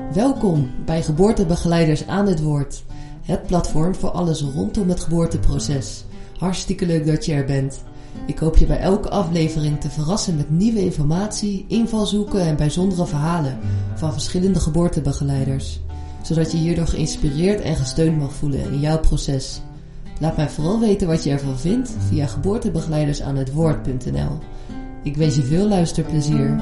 Welkom bij Geboortebegeleiders aan het woord. Het platform voor alles rondom het geboorteproces. Hartstikke leuk dat je er bent. Ik hoop je bij elke aflevering te verrassen met nieuwe informatie, invalshoeken en bijzondere verhalen van verschillende geboortebegeleiders. Zodat je hierdoor geïnspireerd en gesteund mag voelen in jouw proces. Laat mij vooral weten wat je ervan vindt via geboortebegeleidersaanhetwoord.nl. Ik wens je veel luisterplezier.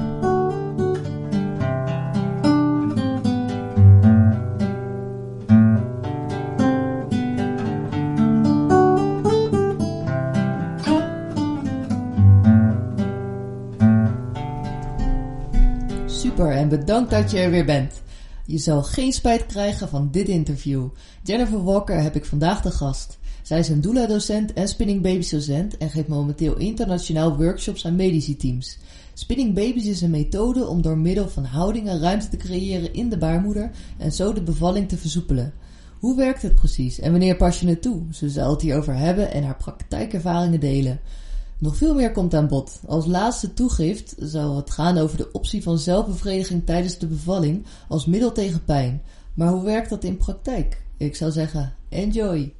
Super en bedankt dat je er weer bent. Je zal geen spijt krijgen van dit interview. Jennifer Walker heb ik vandaag te gast. Zij is een doula-docent en Spinning Babies docent en geeft momenteel internationaal workshops aan medische teams. Spinning Babies is een methode om door middel van houdingen ruimte te creëren in de baarmoeder en zo de bevalling te versoepelen. Hoe werkt het precies en wanneer pas je het toe? Ze zal het hierover hebben en haar praktijkervaringen delen. Nog veel meer komt aan bod. Als laatste toegift zal het gaan over de optie van zelfbevrediging tijdens de bevalling als middel tegen pijn. Maar hoe werkt dat in praktijk? Ik zou zeggen, enjoy!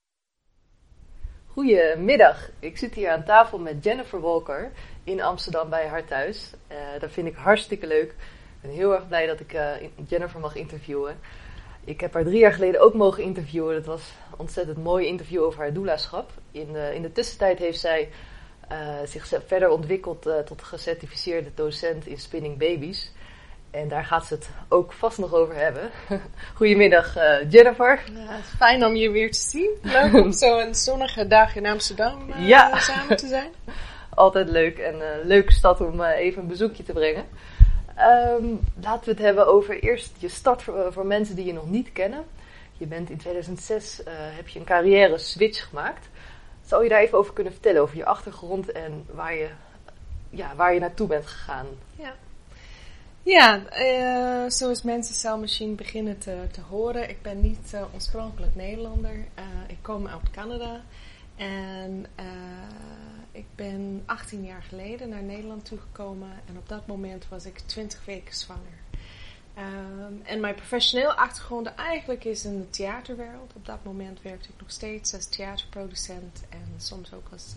Goedemiddag, ik zit hier aan tafel met Jennifer Walker in Amsterdam bij haar thuis. Dat vind ik hartstikke leuk. Ik ben heel erg blij dat ik Jennifer mag interviewen. Ik heb haar 3 jaar geleden ook mogen interviewen. Dat was een ontzettend mooi interview over haar doulaschap. In de tussentijd heeft zij zich verder ontwikkeld tot gecertificeerde docent in Spinning Babies. En daar gaat ze het ook vast nog over hebben. Goedemiddag Jennifer. Ja, het is fijn om je weer te zien. Leuk om zo'n zonnige dag in Amsterdam samen te zijn. Altijd leuk en een leuke stad om even een bezoekje te brengen. Laten we het hebben over eerst je start voor mensen die je nog niet kennen. Je bent in 2006 heb je een carrière switch gemaakt. Zou je daar even over kunnen vertellen, over je achtergrond en waar je naartoe bent gegaan? Ja, zoals mensen zelf misschien beginnen te horen. Ik ben niet oorspronkelijk Nederlander. Ik kom uit Canada. En ik ben 18 jaar geleden naar Nederland toegekomen. En op dat moment was ik 20 weken zwanger. En mijn professioneel achtergrond eigenlijk is in de theaterwereld. Op dat moment werkte ik nog steeds als theaterproducent. En soms ook als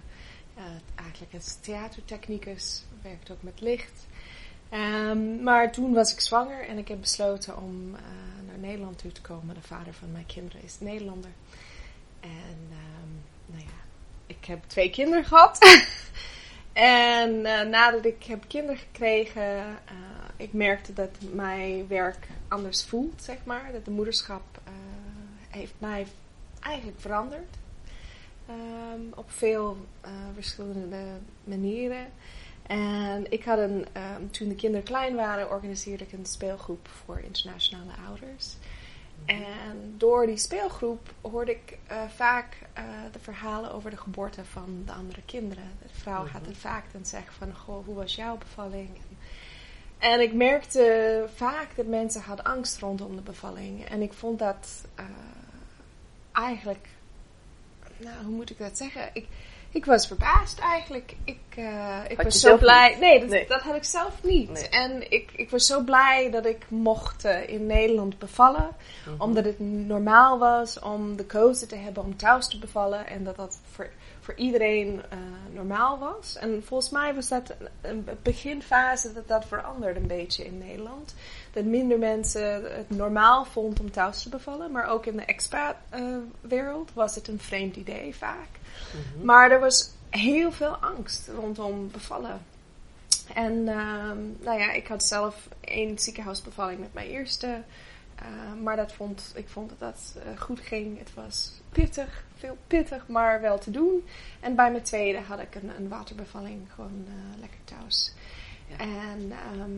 theatertechnicus. Werkte ook met licht. Maar toen was ik zwanger en ik heb besloten om naar Nederland toe te komen. De vader van mijn kinderen is Nederlander. En ik heb 2 kinderen gehad. En nadat ik heb kinderen gekregen, ik merkte dat mijn werk anders voelt, zeg maar. Dat de moederschap heeft mij eigenlijk veranderd. Op veel verschillende manieren. En ik had toen de kinderen klein waren, organiseerde ik een speelgroep voor internationale ouders. En door die speelgroep hoorde ik vaak de verhalen over de geboorte van de andere kinderen. De vrouw gaat het vaak dan zeggen van, goh, hoe was jouw bevalling? En ik merkte vaak dat mensen hadden angst rondom de bevalling. En ik vond dat eigenlijk, hoe moet ik dat zeggen? Ik was verbaasd eigenlijk. Ik was zo blij. Nee, dat had ik zelf niet. Nee. En ik was zo blij dat ik mocht in Nederland bevallen. Omdat het normaal was om de keuze te hebben om thuis te bevallen. En dat voor iedereen normaal was. En volgens mij was dat een beginfase dat veranderde een beetje in Nederland. Dat minder mensen het normaal vonden om thuis te bevallen. Maar ook in de expat-wereld was het een vreemd idee vaak. Maar er was heel veel angst rondom bevallen. En ik had zelf 1 ziekenhuisbevalling met mijn eerste. Maar ik vond dat dat goed ging. Het was pittig, veel pittig, maar wel te doen. En bij mijn tweede had ik een waterbevalling, gewoon lekker thuis. Ja. En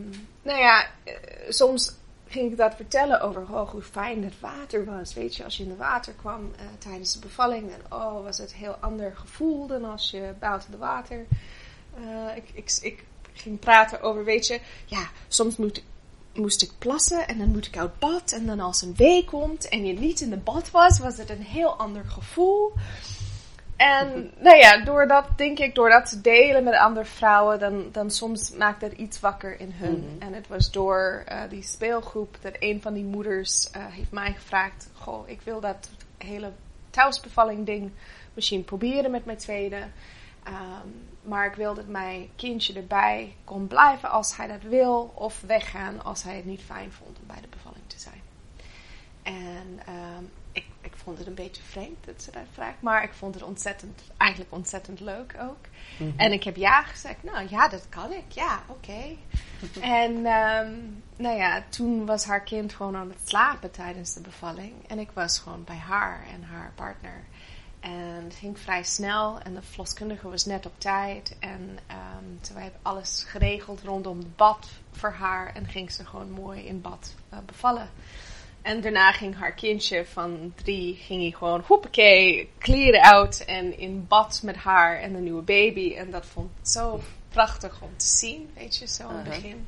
soms ging ik dat vertellen over hoe fijn het water was. Weet je, als je in het water kwam tijdens de bevalling, dan was het een heel ander gevoel dan als je buiten het water. Ik ging praten over, weet je, soms moest ik plassen en dan moet ik uit bad. En dan als een wee komt en je niet in de bad was het een heel ander gevoel. En nou ja, door dat te delen met andere vrouwen, dan soms maakt dat iets wakker in hun. Mhm. En het was door die speelgroep dat een van die moeders heeft mij gevraagd, goh, ik wil dat hele thuisbevalling ding misschien proberen met mijn tweede. Maar ik wil dat mijn kindje erbij kon blijven als hij dat wil, of weggaan als hij het niet fijn vond om bij de bevalling te zijn. En ik vond het een beetje vreemd dat ze dat vraagt, maar ik vond het eigenlijk ontzettend leuk ook. Mhm. En ik heb ja gezegd, nou ja, dat kan ik, ja, oké. En nou ja, toen was haar kind gewoon aan het slapen tijdens de bevalling. En ik was gewoon bij haar en haar partner. En het ging vrij snel en de verloskundige was net op tijd. En toen hebben we alles geregeld rondom het bad voor haar. En ging ze gewoon mooi in bad bevallen. En daarna ging haar kindje van 3, ging hij gewoon, hoppakee, kleren uit en in bad met haar en de nieuwe baby. En dat vond ik zo prachtig om te zien, weet je, zo in het begin.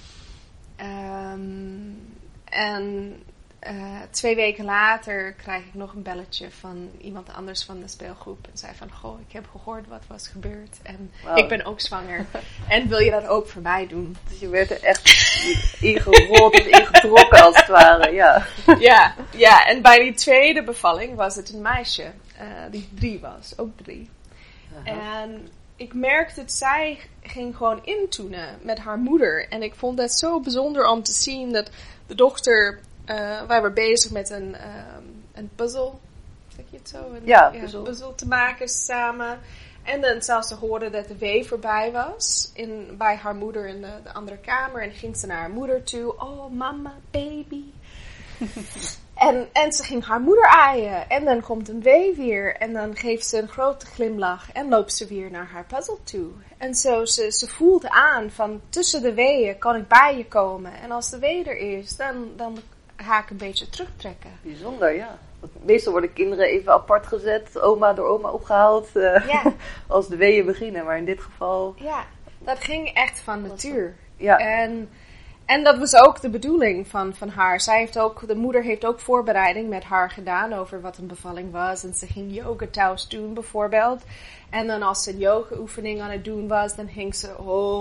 En 2 weken later krijg ik nog een belletje van iemand anders van de speelgroep. En zei van, goh, ik heb gehoord wat was gebeurd. En ik ben ook zwanger. En wil je dat ook voor mij doen? Dus je werd er echt ingerold of ingetrokken als het ware, ja. Ja, en bij die tweede bevalling was het een meisje. Die 3 was, ook 3. En ik merkte dat zij ging gewoon intoenen met haar moeder. En ik vond dat zo bijzonder om te zien dat de dochter... wij waren bezig met een puzzel. Zeg je het zo? Een puzzel te maken samen. En dan zelfs te horen dat de wee voorbij was. Bij haar moeder in de andere kamer. En ging ze naar haar moeder toe. Oh, mama, baby. En ze ging haar moeder aaien. En dan komt een wee weer. En dan geeft ze een grote glimlach. En loopt ze weer naar haar puzzel toe. En zo, ze voelt aan van tussen de weeën kan ik bij je komen. En als de wee er is, dan ga ik een beetje terugtrekken. Bijzonder, ja. Want meestal worden kinderen even apart gezet, door oma opgehaald, als de weeën beginnen. Maar in dit geval... Ja, dat ging echt van natuur. Ja. En dat was ook de bedoeling van haar. De moeder heeft ook voorbereiding met haar gedaan over wat een bevalling was. En ze ging yoga thuis doen bijvoorbeeld. En dan als ze een yoga oefening aan het doen was, dan ging ze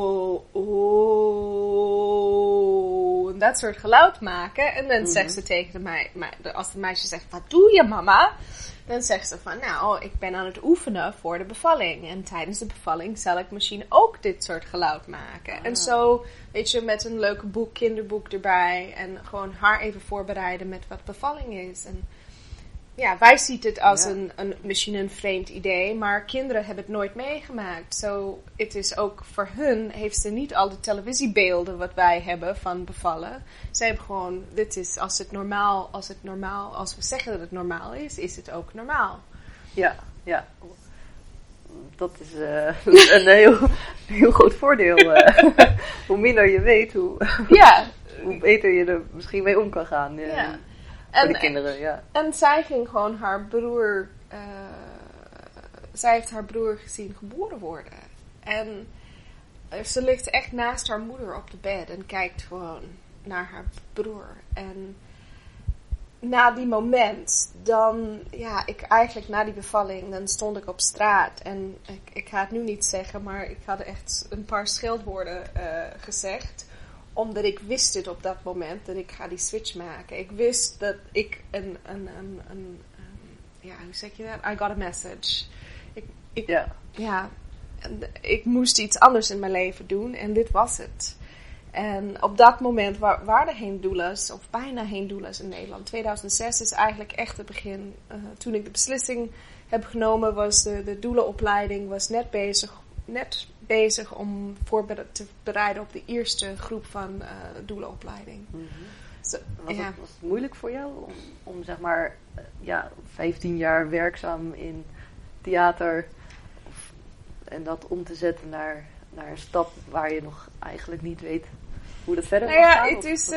en dat soort geluid maken. En dan zegt ze tegen de meisje, als de meisje zegt, wat doe je mama? Dan zegt ze van, nou, ik ben aan het oefenen voor de bevalling. En tijdens de bevalling zal ik misschien ook dit soort geluid maken. En zo, weet je, met een leuke kinderboek erbij. En gewoon haar even voorbereiden met wat bevalling is. En ja, wij zien het als misschien een vreemd idee, maar kinderen hebben het nooit meegemaakt. Zo, het is ook voor hun, heeft ze niet al de televisiebeelden wat wij hebben van bevallen. Ze hebben gewoon, dit is als we zeggen dat het normaal is het ook normaal. Ja. Dat is een heel groot voordeel. Hoe minder je weet, hoe beter je er misschien mee om kan gaan. Voor de kinderen, ja. En zij ging gewoon haar broer... zij heeft haar broer gezien geboren worden. En ze ligt echt naast haar moeder op de bed en kijkt gewoon naar haar broer. En na die moment, na die bevalling, dan stond ik op straat. En ik ga het nu niet zeggen, maar ik had echt een paar scheldwoorden gezegd. Omdat ik wist het op dat moment, dat ik ga die switch maken. Ik wist dat ik hoe zeg je dat? I got a message. Ik moest iets anders in mijn leven doen en dit was het. En op dat moment waren er geen doulas, of bijna geen doulas in Nederland. 2006 is eigenlijk echt het begin. Toen ik de beslissing heb genomen, was de doula-opleiding was net bezig om te bereiden op de eerste groep van doula-opleiding. Mm-hmm. Was het moeilijk voor jou om zeg maar 15 jaar werkzaam in theater en dat om te zetten naar een stap waar je nog eigenlijk niet weet hoe dat verder gaat gaan? Het is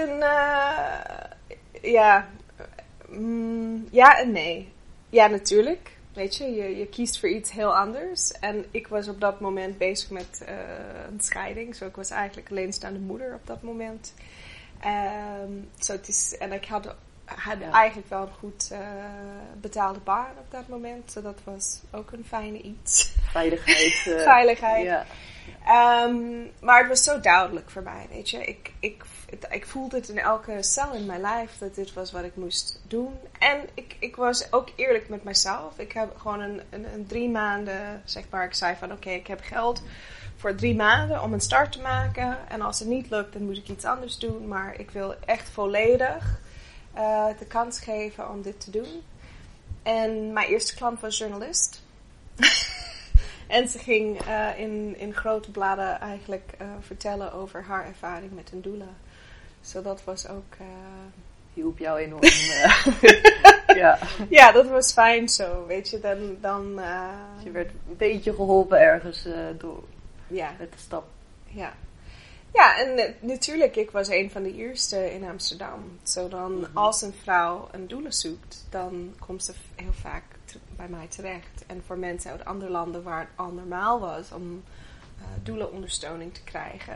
ja en nee. Ja, natuurlijk. Weet je kiest voor iets heel anders. En ik was op dat moment bezig met een scheiding. Ik was eigenlijk alleenstaande moeder op dat moment. En ik had hadden eigenlijk wel een goed betaalde baan op dat moment. So dat was ook een fijne iets. Veiligheid. Veiligheid. Ja. Maar het was zo duidelijk voor mij, weet je. Ik voelde het in elke cel in mijn lijf dat dit was wat ik moest doen. En ik was ook eerlijk met mezelf. Ik heb gewoon een 3 maanden, zeg maar, ik zei van oké, ik heb geld voor 3 maanden om een start te maken. En als het niet lukt, dan moet ik iets anders doen. Maar ik wil echt volledig de kans geven om dit te doen. En mijn eerste klant was journalist. En ze ging in grote bladen eigenlijk vertellen over haar ervaring met een doula. So dat was ook... hielp jou enorm. Ja. Ja, dat was fijn zo, weet je. Dan je werd een beetje geholpen ergens door met de stap. Ja. Ja, en natuurlijk, ik was een van de eerste in Amsterdam. Zo dan, als een vrouw een doula zoekt, dan komt ze heel vaak bij mij terecht. En voor mensen uit andere landen waar het al normaal was om doula-ondersteuning te krijgen,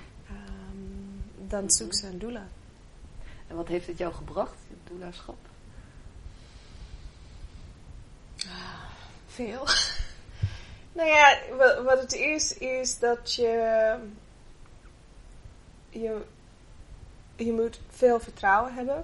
dan zoekt ze een doula. En wat heeft het jou gebracht, het doulaschap? Veel. Nou ja, wat het is dat je moet veel vertrouwen hebben.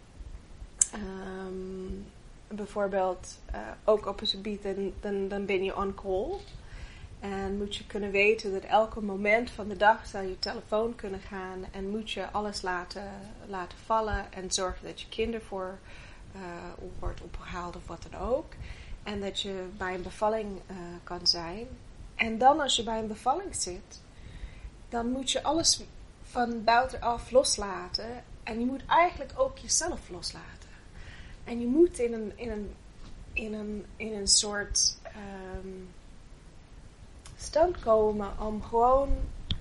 Bijvoorbeeld ook op een gebied, dan ben je on call. En moet je kunnen weten dat elke moment van de dag zou je telefoon kunnen gaan. En moet je alles laten vallen. En zorgen dat je kind ervoor wordt opgehaald of wat dan ook. En dat je bij een bevalling kan zijn. En dan als je bij een bevalling zit, dan moet je alles van buitenaf loslaten. En je moet eigenlijk ook jezelf loslaten. En je moet in een soort stand komen om gewoon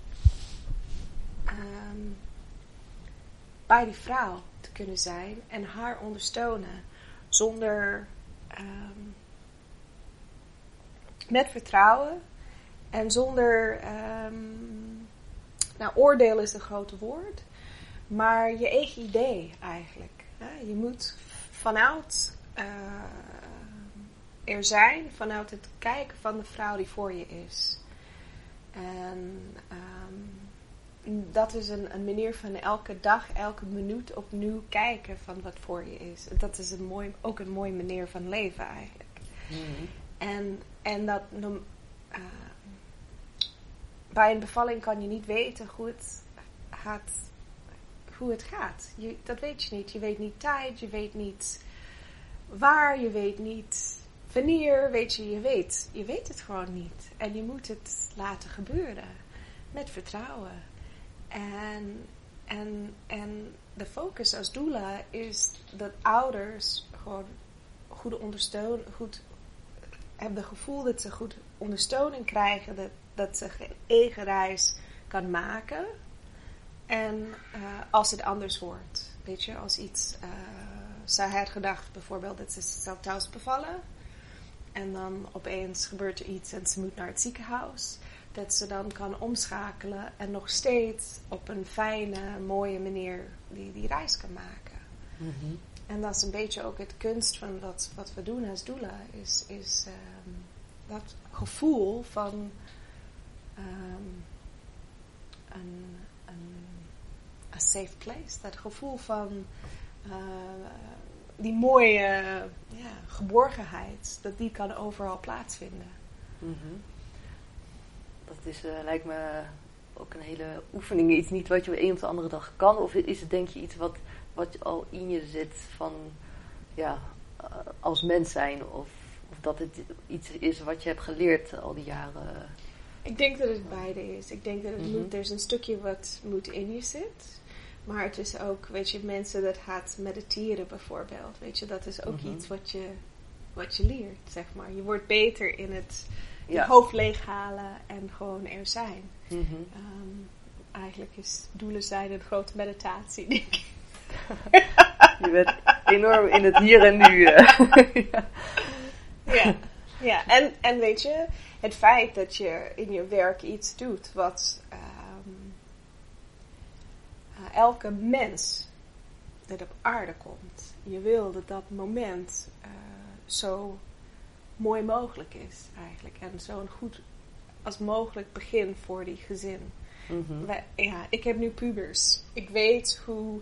bij die vrouw te kunnen zijn en haar ondersteunen. Zonder met vertrouwen en zonder oordeel is een grote woord, maar je eigen idee eigenlijk. Je moet vanuit er zijn, vanuit het kijken van de vrouw die voor je is. En dat is een manier van elke dag, elke minuut opnieuw kijken van wat voor je is. Dat is ook een mooie manier van leven eigenlijk. Mm-hmm. En dat bij een bevalling kan je niet weten hoe het gaat. Dat weet je niet. Je weet niet tijd, je weet niet waar, je weet niet wanneer, weet je weet het gewoon niet. En je moet het laten gebeuren met vertrouwen. En de focus als doula is dat ouders gewoon hebben het gevoel dat ze goed ondersteuning krijgen, dat ze een eigen reis kan maken. En als het anders wordt, weet je, als iets, zij had gedacht bijvoorbeeld dat ze zou thuis bevallen. En dan opeens gebeurt er iets en ze moet naar het ziekenhuis. Dat ze dan kan omschakelen en nog steeds op een fijne, mooie manier die reis kan maken. Mm-hmm. En dat is een beetje ook het kunst van wat we doen als doula. Is dat gevoel van een safe place. Dat gevoel van die mooie geborgenheid. Dat die kan overal plaatsvinden. Mm-hmm. Dat is, lijkt me ook een hele oefening. Iets niet wat je op een of andere dag kan. Of is het denk je iets wat al in je zit van als mens zijn? Of dat het iets is wat je hebt geleerd al die jaren? Ik denk dat het beide is. Ik denk dat het er is een stukje wat moet in je zit. Maar het is ook, weet je, mensen dat gaat mediteren bijvoorbeeld. Weet je, dat is ook iets wat je leert, zeg maar. Je wordt beter in het je hoofd leeghalen en gewoon er zijn. Mm-hmm. Eigenlijk is doelen zijn een grote meditatie, denk ik. Je bent enorm in het hier en nu. Ja. En weet je, het feit dat je in je werk iets doet wat elke mens dat op aarde komt. Je wil dat moment zo mooi mogelijk is eigenlijk. En zo'n goed als mogelijk begin voor die gezin. Mm-hmm. Ik heb nu pubers. Ik weet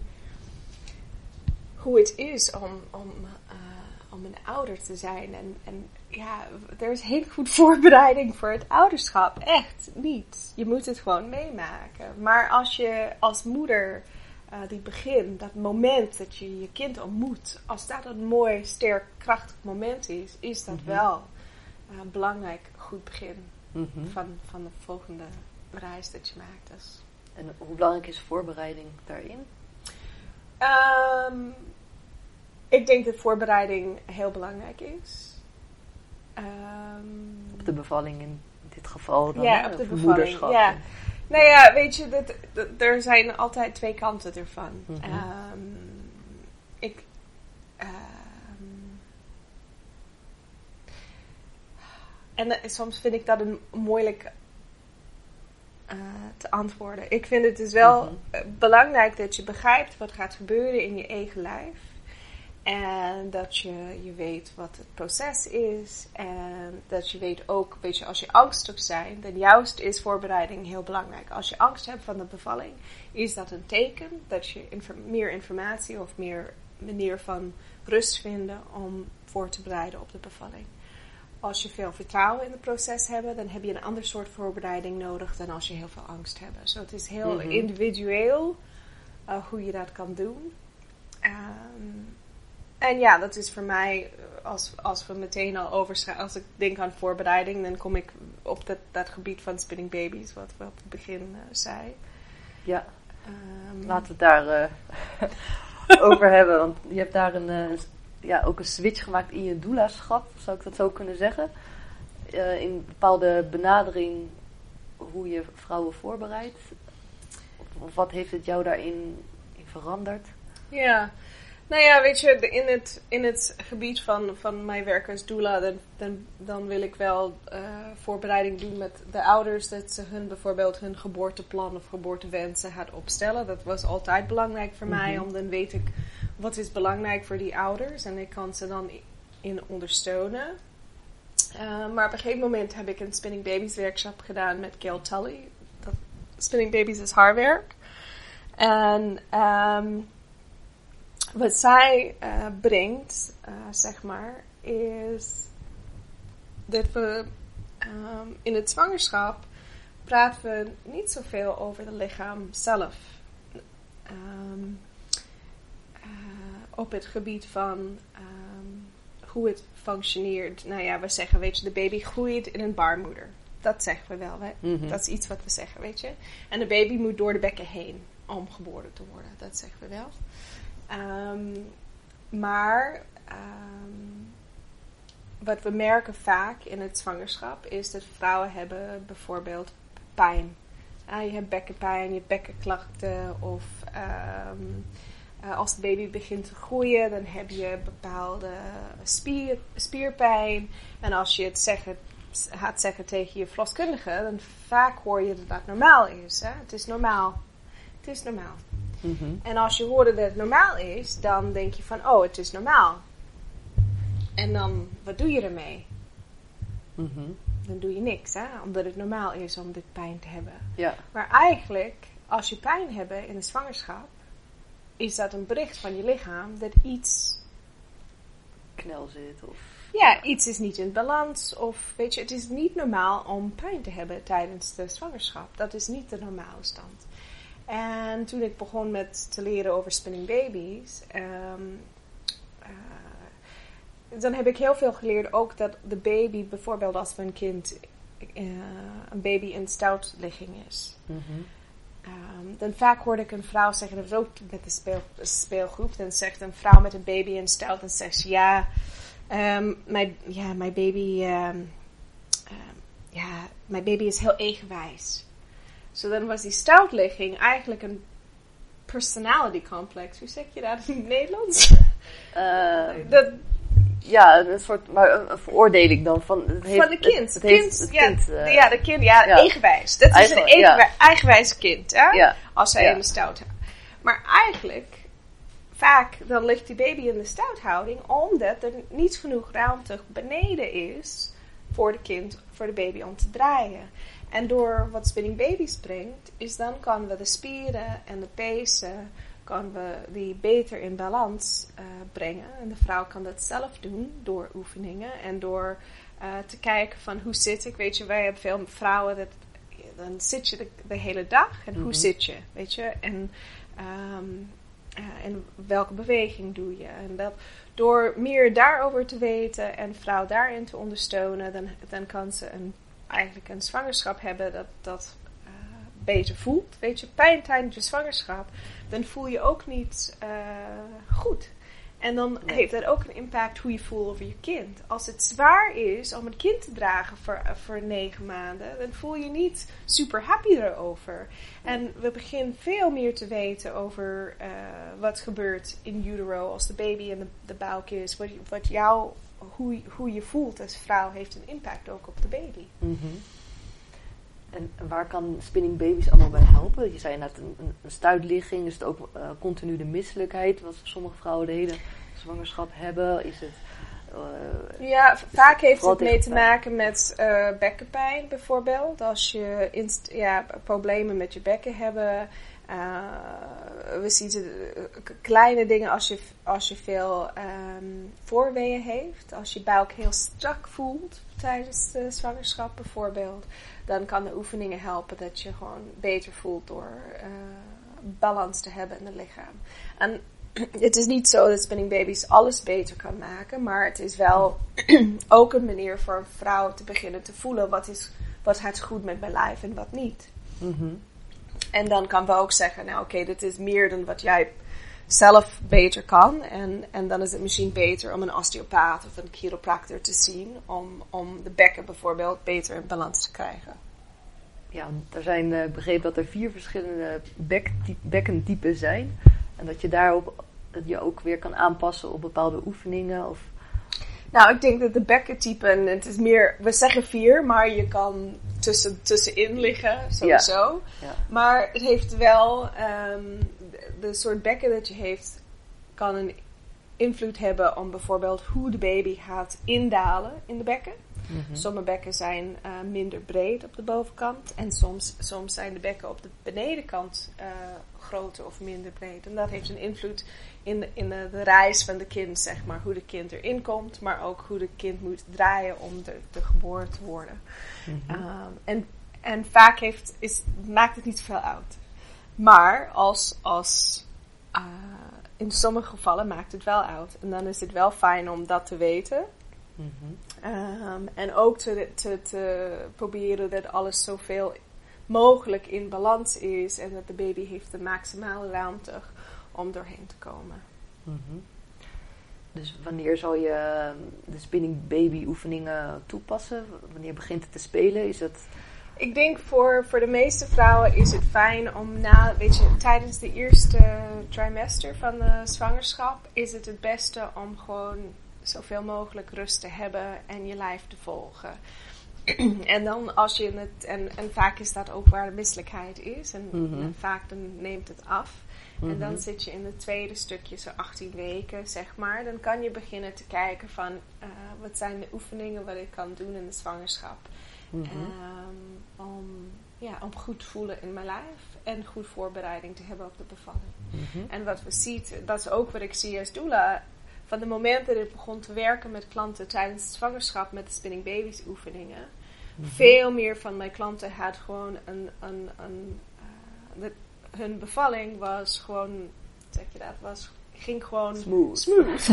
hoe het is om een ouder te zijn. En er is heel goed voorbereiding voor het ouderschap. Echt niet. Je moet het gewoon meemaken. Maar als je als moeder die begin, dat moment dat je je kind ontmoet, als dat een mooi, sterk, krachtig moment is dat wel een belangrijk goed begin van de volgende reis dat je maakt. Dus. En hoe belangrijk is voorbereiding daarin? Ik denk dat voorbereiding heel belangrijk is. Op de bevalling in dit geval dan? Ja, op de bevalling. Moederschap. Ja. Nou ja, weet je, er zijn altijd twee kanten ervan. Soms vind ik dat een moeilijk te antwoorden. Ik vind het dus wel belangrijk dat je begrijpt wat gaat gebeuren in je eigen lijf. En dat je weet wat het proces is. En dat je weet ook, weet je, als je angstig bent, dan juist is voorbereiding heel belangrijk. Als je angst hebt van de bevalling, is dat een teken dat je meer informatie of meer manier van rust vinden om voor te bereiden op de bevalling. Als je veel vertrouwen in het proces hebt, dan heb je een ander soort voorbereiding nodig dan als je heel veel angst hebt. Dus het is heel individueel hoe je dat kan doen. En ja, dat is voor mij, als we meteen al overschrijden, als ik denk aan voorbereiding, dan kom ik op dat gebied van spinning babies, wat we op het begin zei. Ja, laten we het daar over hebben, want je hebt daar ook een switch gemaakt in je doulaschap, zou ik dat zo kunnen zeggen. In een bepaalde benadering hoe je vrouwen voorbereidt. Of wat heeft het jou daarin veranderd? Ja, nou ja, weet je, in het gebied van mijn werk als doula, dan wil ik wel voorbereiding doen met de ouders, dat ze bijvoorbeeld hun geboorteplan of geboortewensen gaat opstellen. Dat was altijd belangrijk voor mij, om dan weet ik wat is belangrijk voor die ouders en ik kan ze dan in ondersteunen. Maar op een gegeven moment heb ik een Spinning Babies workshop gedaan met Gail Tully. Spinning Babies is haar werk. En wat zij brengt, zeg maar, is dat we in het zwangerschap praten we niet zoveel over het lichaam zelf. Op het gebied van hoe het functioneert. Nou ja, we zeggen, weet je, de baby groeit in een baarmoeder. Dat zeggen we wel, hè? Dat is iets wat we zeggen, weet je. En de baby moet door de bekken heen om geboren te worden. Dat zeggen we wel. Maar wat we merken vaak in het zwangerschap is dat vrouwen hebben bijvoorbeeld pijn. Je hebt bekkenpijn, je hebt bekkenklachten of als de baby begint te groeien, dan heb je bepaalde spierpijn. En als je het gaat zeggen tegen je verloskundige, dan vaak hoor je dat dat normaal is. Hè? Het is normaal. Het is normaal. En als je hoort dat het normaal is, dan denk je van, oh, het is normaal. En dan, wat doe je ermee? Dan doe je niks, hè? Omdat het normaal is om dit pijn te hebben. Ja. Maar eigenlijk, als je pijn hebt in de zwangerschap, is dat een bericht van je lichaam dat iets knel zit of ja, iets is niet in balans of weet je, het is niet normaal om pijn te hebben tijdens de zwangerschap. Dat is niet de normale stand. En toen ik begon met te leren over spinning babies, dan heb ik heel veel geleerd ook dat de baby, bijvoorbeeld als een kind een baby in stoutligging is. Dan vaak hoorde ik een vrouw zeggen, dat was ook met de speelgroep, dan zegt een vrouw met een baby in stout, dan zegt ze, mijn baby is heel eigenwijs. So dan was die stoutligging eigenlijk een personality complex. Hoe zeg je dat in het Nederlands? Ja, een soort, maar een veroordeling dan van het kind. De kind. Eigenwijs. Dat is een eigenwijs kind, hè? Ja. Als zij in de stout hebben. Maar eigenlijk, vaak dan ligt die baby in de stouthouding, omdat er niet genoeg ruimte beneden is voor de baby om te draaien. En door wat Spinning Babies brengt, is dan kunnen we de spieren en de pezen, kunnen we die beter in balans brengen. En de vrouw kan dat zelf doen door oefeningen en door te kijken van hoe zit ik. Weet je, wij hebben veel vrouwen, dan zit je de hele dag en hoe zit je, weet je. En welke beweging doe je. En dat, door meer daarover te weten en vrouw daarin te ondersteunen, dan kan ze eigenlijk een zwangerschap hebben dat beter voelt. Weet je, pijn tijdens je zwangerschap, dan voel je ook niet goed. En dan heeft dat ook een impact hoe je voelt over je kind. Als het zwaar is om een kind te dragen voor 9 maanden, dan voel je niet super happy erover. En we beginnen veel meer te weten over wat gebeurt in utero als de baby in de buik is. Hoe je voelt als vrouw heeft een impact ook op de baby. Mm-hmm. En waar kan Spinning Babies allemaal bij helpen? Je zei net een stuitligging, is het ook continu de misselijkheid, wat sommige vrouwen de hele zwangerschap hebben? Is het... vaak heeft het mee te maken met bekkenpijn bijvoorbeeld. Als je problemen met je bekken hebben. We zien kleine dingen als je veel voorweeën heeft. Als je buik heel strak voelt tijdens de zwangerschap bijvoorbeeld. Dan kan de oefeningen helpen dat je gewoon beter voelt door balans te hebben in het lichaam. En het is niet zo dat Spinning Babies alles beter kan maken. Maar het is wel ook een manier voor een vrouw te beginnen te voelen wat gaat goed met mijn lijf en wat niet. Mm-hmm. En dan kan we ook zeggen, nou oké, dit is meer dan wat jij zelf beter kan. En dan is het misschien beter om een osteopaat of een chiropractor te zien. Om de bekken bijvoorbeeld beter in balans te krijgen. Ja, er zijn begrepen dat er 4 verschillende bekkentypen zijn. En dat je daarop je ook weer kan aanpassen op bepaalde oefeningen of... Nou, ik denk dat de bekkentypen, het is meer, we zeggen 4, maar je kan tussenin liggen, sowieso. Ja. Maar het heeft wel, de soort bekken dat je heeft, kan een invloed hebben om bijvoorbeeld hoe de baby gaat indalen in de bekken. Mm-hmm. Sommige bekken zijn minder breed op de bovenkant en soms zijn de bekken op de benedenkant groter of minder breed. En dat heeft een invloed in de reis van de kind, zeg maar. Hoe de kind erin komt, maar ook hoe de kind moet draaien om de geboren te worden. Mm-hmm. En vaak maakt het niet veel uit. Maar in sommige gevallen maakt het wel uit. En dan is het wel fijn om dat te weten. Mm-hmm. En ook te proberen dat alles zoveel mogelijk in balans is. En dat de baby heeft de maximale ruimte om doorheen te komen. Mm-hmm. Dus wanneer zal je de Spinning Baby oefeningen toepassen? Wanneer begint het te spelen? Is het... Ik denk voor de meeste vrouwen is het fijn om tijdens de eerste trimester van de zwangerschap is het beste om gewoon zoveel mogelijk rust te hebben en je lijf te volgen. En dan als je en vaak is dat ook waar de misselijkheid is. En mm-hmm. vaak dan neemt het af. Mm-hmm. En dan zit je in het tweede stukje, zo 18 weken, zeg maar. Dan kan je beginnen te kijken van wat zijn de oefeningen wat ik kan doen in de zwangerschap. Mm-hmm. Om goed te voelen in mijn lijf en goed voorbereiding te hebben op de bevalling. Mm-hmm. En wat we zien, dat is ook wat ik zie als doula. Van de moment dat ik begon te werken met klanten tijdens de zwangerschap met de Spinning Babies oefeningen, mm-hmm. veel meer van mijn klanten had gewoon hun bevalling was gewoon, zeg je dat, ging gewoon smooth.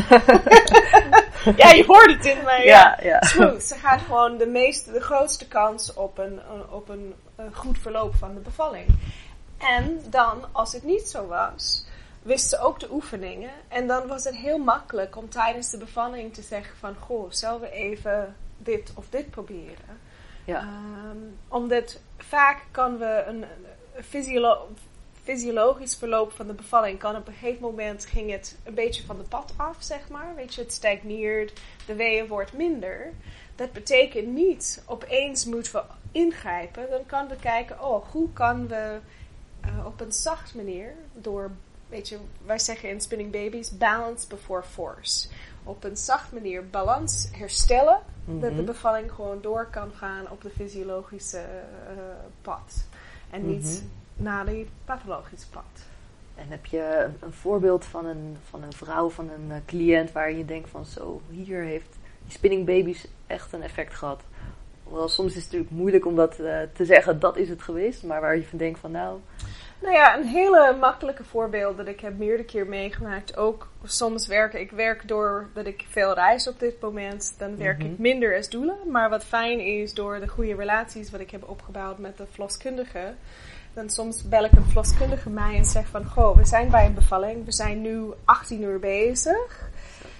Ja, je hoort het in mij. Ja. Smooth. Ze gaat gewoon de grootste kans op een goed verloop van de bevalling. En dan, als het niet zo was, wist ze ook de oefeningen. En dan was het heel makkelijk om tijdens de bevalling te zeggen van, goh, zullen we even dit of dit proberen? Ja. Omdat vaak kan we een fysiologisch verloop van de bevalling kan op een gegeven moment ging het een beetje van de pad af, zeg maar. Weet je, het stagneert, de weeën wordt minder. Dat betekent niet, opeens moeten we ingrijpen. Dan kan we kijken, hoe kan we op een zacht manier, door weet je, wij zeggen in Spinning Babies, balance before force. Op een zacht manier balans herstellen, dat de bevalling gewoon door kan gaan op de fysiologische pad. En niet naar die pathologische pad. En heb je een voorbeeld van een vrouw, van een cliënt waar je denkt van zo, hier heeft die Spinning Babies echt een effect gehad? Wel, soms is het natuurlijk moeilijk om dat te zeggen, dat is het geweest, maar waar je van denkt van nou ja, een hele makkelijke voorbeeld dat ik heb meerdere keer meegemaakt. Ook soms ik werk doordat ik veel reis op dit moment, dan werk ik minder als doula. Maar wat fijn is, door de goede relaties wat ik heb opgebouwd met de verloskundige, dan soms bel ik een verloskundige mij en zeg van, goh, we zijn bij een bevalling, we zijn nu 18 uur bezig.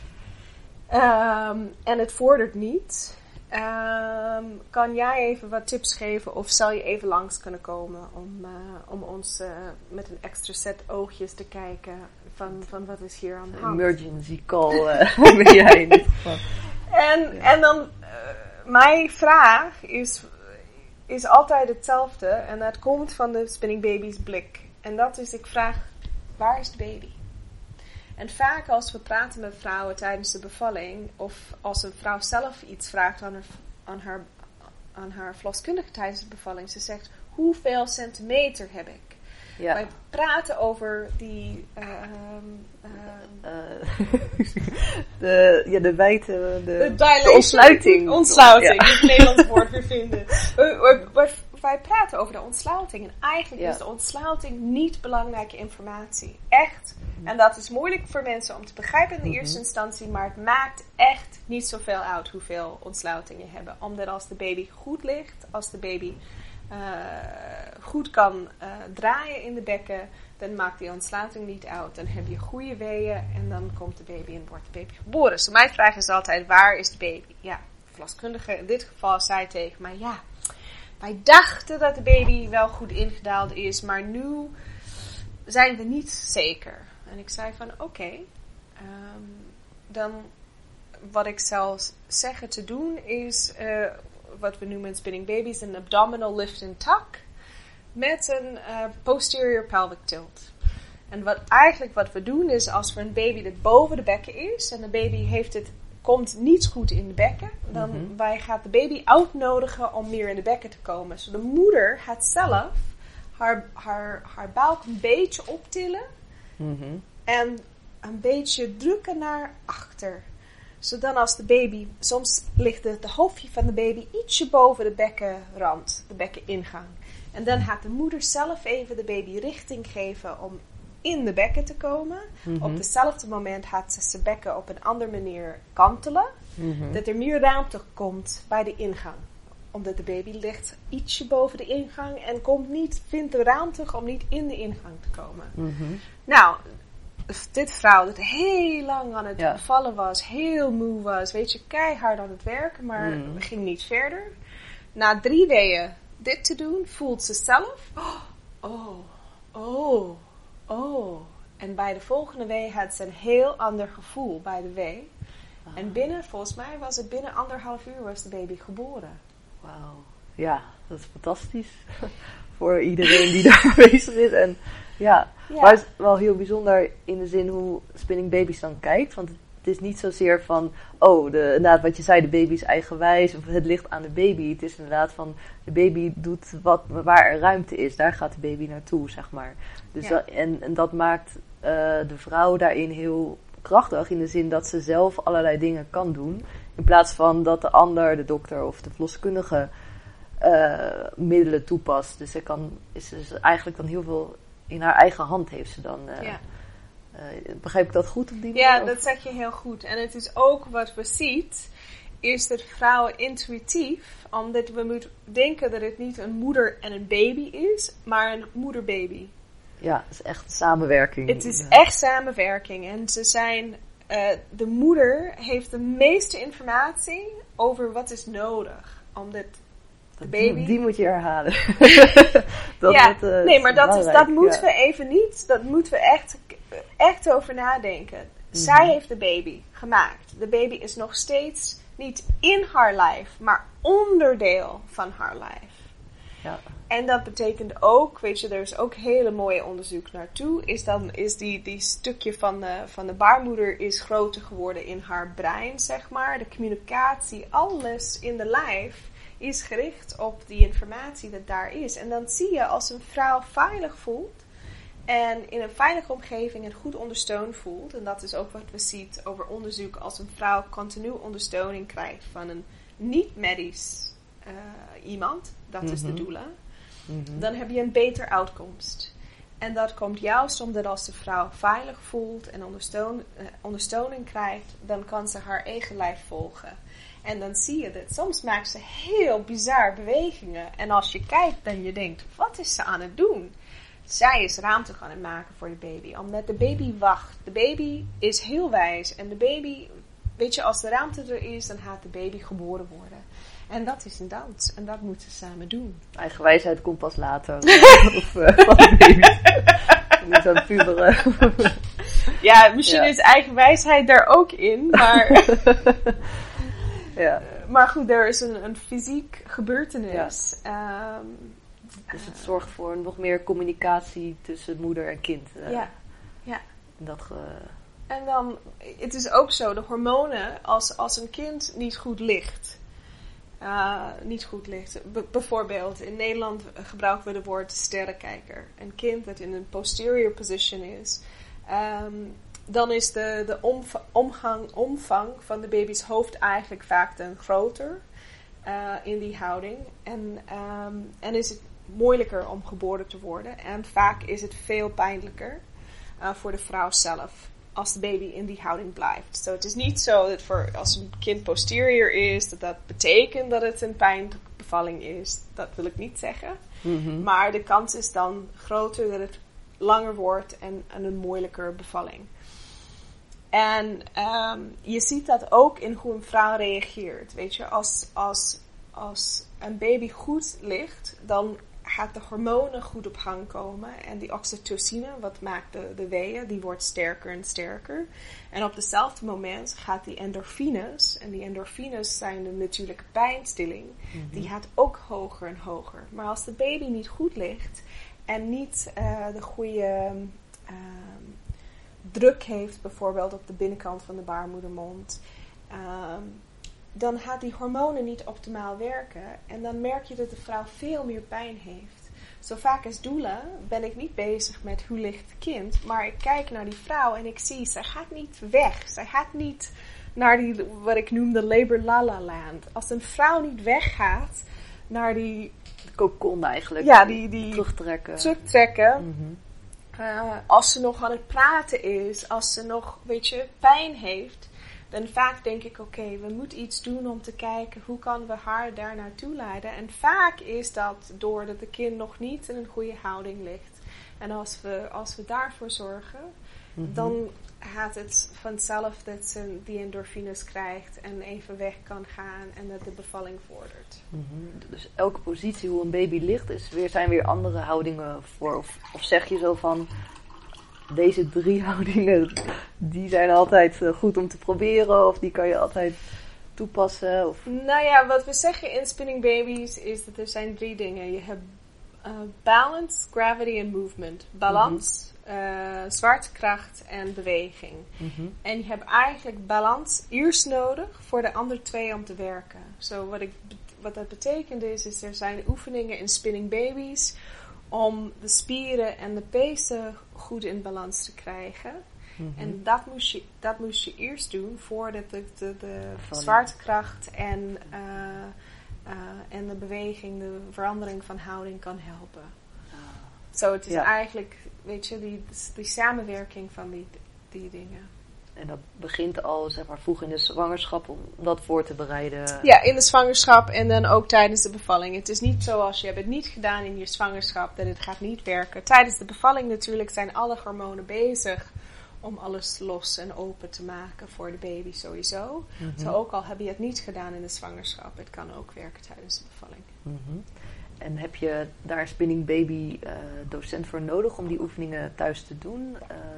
En het vordert niet. Kan jij even wat tips geven of zal je even langs kunnen komen om ons met een extra set oogjes te kijken van wat is hier aan de hand? Emergency call ben jij in dit geval. En dan, mijn vraag is altijd hetzelfde en dat komt van de Spinning Babies blik. En dat is, ik vraag, waar is de baby? En vaak als we praten met vrouwen tijdens de bevalling, of als een vrouw zelf iets vraagt aan haar verloskundige tijdens de bevalling, ze zegt, hoeveel centimeter heb ik? Ja. Wij praten over die de wijdte, de ontsluiting. Ontsluiting, het Nederlands woord weer vinden. Wij praten over de ontsluiting. En eigenlijk is de ontsluiting niet belangrijke informatie. Echt. En dat is moeilijk voor mensen om te begrijpen in de eerste instantie. Maar het maakt echt niet zoveel uit hoeveel ontsluiting je hebt. Omdat als de baby goed ligt, als de baby goed kan draaien in de bekken, dan maakt die ontsluiting niet uit. Dan heb je goede weeën en dan komt de baby en wordt de baby geboren. Dus mijn vraag is altijd, waar is de baby? Ja, de verloskundige in dit geval zei tegen mij, ja, wij dachten dat de baby wel goed ingedaald is, maar nu zijn we niet zeker. En ik zei van, oké, dan wat ik zal zeggen te doen is, wat we noemen in Spinning Babies, een abdominal lift and tuck met een posterior pelvic tilt. En wat we doen is, als er een baby dat boven de bekken is en de baby komt niet goed in de bekken, dan wij gaan de baby uitnodigen om meer in de bekken te komen. Dus de moeder gaat zelf haar buik een beetje optillen en een beetje drukken naar achter. Zodat als de baby, soms ligt het hoofdje van de baby ietsje boven de bekkenrand, de bekkeningang. En dan gaat de moeder zelf even de baby richting geven om in de bekken te komen. Op hetzelfde moment gaat ze zijn bekken op een andere manier kantelen. Dat er meer ruimte komt bij de ingang. Omdat de baby ligt ietsje boven de ingang en vindt de ruimte om niet in de ingang te komen. Nou, dit vrouw dat heel lang aan het bevallen was, heel moe was, weet je, keihard aan het werken, maar ging niet verder. Na 3 weeën dit te doen, voelt ze zelf, en bij de volgende wee had ze een heel ander gevoel bij de wee. En volgens mij was het binnen 1,5 uur was de baby geboren. Wauw, ja, dat is fantastisch voor iedereen die daar bezig is. En maar het is wel heel bijzonder in de zin hoe Spinning Babies dan kijkt. Want het is niet zozeer van, inderdaad wat je zei, de baby is eigenwijs, of het ligt aan de baby. Het is inderdaad van, de baby doet waar er ruimte is, daar gaat de baby naartoe, zeg maar. Dus en dat maakt de vrouw daarin heel krachtig, in de zin dat ze zelf allerlei dingen kan doen. In plaats van dat de ander, de dokter of de verloskundige, middelen toepast. Dus is eigenlijk dan heel veel in haar eigen hand heeft ze dan. Begrijp ik dat goed op die manier? Ja, dat zeg je heel goed. En het is ook wat we zien, is dat vrouwen intuïtief, omdat we moeten denken dat het niet een moeder en een baby is, maar een moeder-baby. Ja, het is echt samenwerking. Het is echt samenwerking. En de moeder heeft de meeste informatie over wat is nodig. Omdat de baby... Die moet je herhalen. Maar dat moeten we even niet. Dat moeten we echt over nadenken. Zij heeft de baby gemaakt. De baby is nog steeds niet in haar lijf, maar onderdeel van haar lijf. Ja. En dat betekent ook, weet je, er is ook hele mooie onderzoek naartoe, is die stukje van de baarmoeder is groter geworden in haar brein, zeg maar. De communicatie, alles in de lijf is gericht op die informatie dat daar is. En dan zie je als een vrouw veilig voelt en in een veilige omgeving en goed ondersteund voelt, en dat is ook wat we zien over onderzoek, als een vrouw continu ondersteuning krijgt van een niet-medisch iemand, dat is de doula, dan heb je een beter uitkomst. En dat komt juist omdat als de vrouw veilig voelt en ondersteuning krijgt, dan kan ze haar eigen lijf volgen. En dan zie je dat. Soms maakt ze heel bizar bewegingen. En als je kijkt, dan je denkt, wat is ze aan het doen? Zij is ruimte aan het maken voor de baby. Omdat de baby wacht. De baby is heel wijs. En de baby, weet je, als de ruimte er is, dan gaat de baby geboren worden. En dat is een dans. En dat moeten ze samen doen. Eigen wijsheid komt pas later. Of van de baby. Niet aan het puberen. Ja, misschien is eigen wijsheid daar ook in. Maar, ja. Maar goed, er is een fysiek gebeurtenis. Ja. Dus het zorgt voor nog meer communicatie tussen moeder en kind. Ja. En dan, het is ook zo, de hormonen, als een kind niet goed ligt. Bijvoorbeeld, in Nederland gebruiken we het woord sterrenkijker. Een kind dat in een posterior position is. Dan is de omvang van de baby's hoofd eigenlijk vaak dan groter in die houding. En is het moeilijker om geboren te worden. En vaak is het veel pijnlijker voor de vrouw zelf als de baby in die houding blijft. So, het is niet zo dat als een kind posterior is, dat betekent dat het een pijnbevalling is. Dat wil ik niet zeggen. Mm-hmm. Maar de kans is dan groter dat het langer wordt en een moeilijker bevalling. En je ziet dat ook in hoe een vrouw reageert. Weet je, als een baby goed ligt, dan gaat de hormonen goed op gang komen. En die oxytocine, wat maakt de weeën, die wordt sterker en sterker. En op hetzelfde moment gaat die endorfines, en die endorfines zijn de natuurlijke pijnstilling, die gaat ook hoger en hoger. Maar als de baby niet goed ligt en niet de goede druk heeft, bijvoorbeeld op de binnenkant van de baarmoedermond, dan gaat die hormonen niet optimaal werken. En dan merk je dat de vrouw veel meer pijn heeft. Zo vaak als doula ben ik niet bezig met hoe ligt het kind. Maar ik kijk naar die vrouw en ik zie, zij gaat niet weg. Zij gaat niet naar die, wat ik noem de labor la land. Als een vrouw niet weggaat naar die cocon eigenlijk. Ja, die terugtrekken. Mm-hmm. Als ze nog aan het praten is, als ze nog, pijn heeft, dan vaak denk ik, oké, we moeten iets doen om te kijken hoe kan we haar daar naartoe leiden. En vaak is dat doordat de kind nog niet in een goede houding ligt. En als we daarvoor zorgen, dan gaat het vanzelf dat ze die endorfines krijgt en even weg kan gaan en dat de bevalling vordert. Mm-hmm. Dus elke positie hoe een baby ligt, zijn weer andere houdingen voor. Of zeg je zo van, deze 3 houdingen, die zijn altijd goed om te proberen, of die kan je altijd toepassen? Of? Nou ja, wat we zeggen in Spinning Babies is dat er zijn 3 dingen. Je hebt balance, gravity en movement. Balans, zwaartekracht en beweging. Mm-hmm. En je hebt eigenlijk balans eerst nodig voor de andere 2 om te werken. So, wat dat betekent is er zijn oefeningen in Spinning Babies om de spieren en de pezen goed in balans te krijgen. Mm-hmm. En dat moest je eerst doen voordat de zwaartekracht en de beweging, de verandering van houding kan helpen. Zo, het is eigenlijk, die samenwerking van die dingen. En dat begint al, vroeg in de zwangerschap om dat voor te bereiden. Ja, in de zwangerschap en dan ook tijdens de bevalling. Het is niet zo als je hebt het niet gedaan in je zwangerschap, dat het gaat niet werken. Tijdens de bevalling natuurlijk zijn alle hormonen bezig om alles los en open te maken voor de baby sowieso. Mm-hmm. Zo ook al heb je het niet gedaan in de zwangerschap, het kan ook werken tijdens de bevalling. Mm-hmm. En heb je daar een Spinning Baby docent voor nodig om die oefeningen thuis te doen?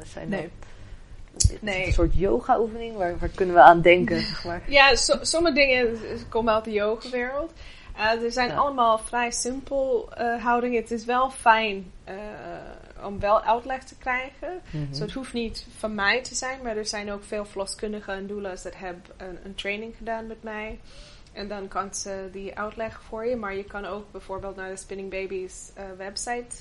Nee. Een soort yoga-oefening, waar kunnen we aan denken? Zeg maar. Ja, sommige dingen komen uit de yoga-wereld. Er zijn allemaal vrij simpel houdingen. Het is wel fijn om wel uitleg te krijgen. Mhm. So, het hoeft niet van mij te zijn, maar er zijn ook veel verloskundigen en doula's dat hebben een training gedaan met mij. En dan kan ze die uitleggen voor je. Maar je kan ook bijvoorbeeld naar de Spinning Babies website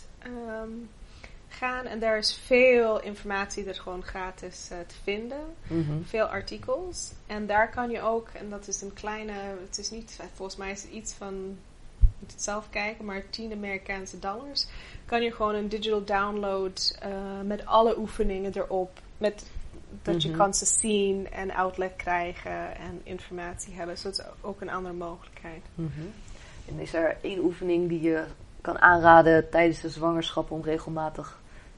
gaan. En daar is veel informatie dat gewoon gratis te vinden. Mhm. Veel artikels. En daar kan je ook, en dat is een kleine, het is niet, volgens mij is het iets van, ik moet het zelf kijken, maar $10 Amerikaanse. Kan je gewoon een digital download met alle oefeningen erop. Dat je kan ze zien en uitleg krijgen en informatie hebben. Dus dat is ook een andere mogelijkheid. Mhm. En is er één oefening die je kan aanraden tijdens de zwangerschap om regelmatig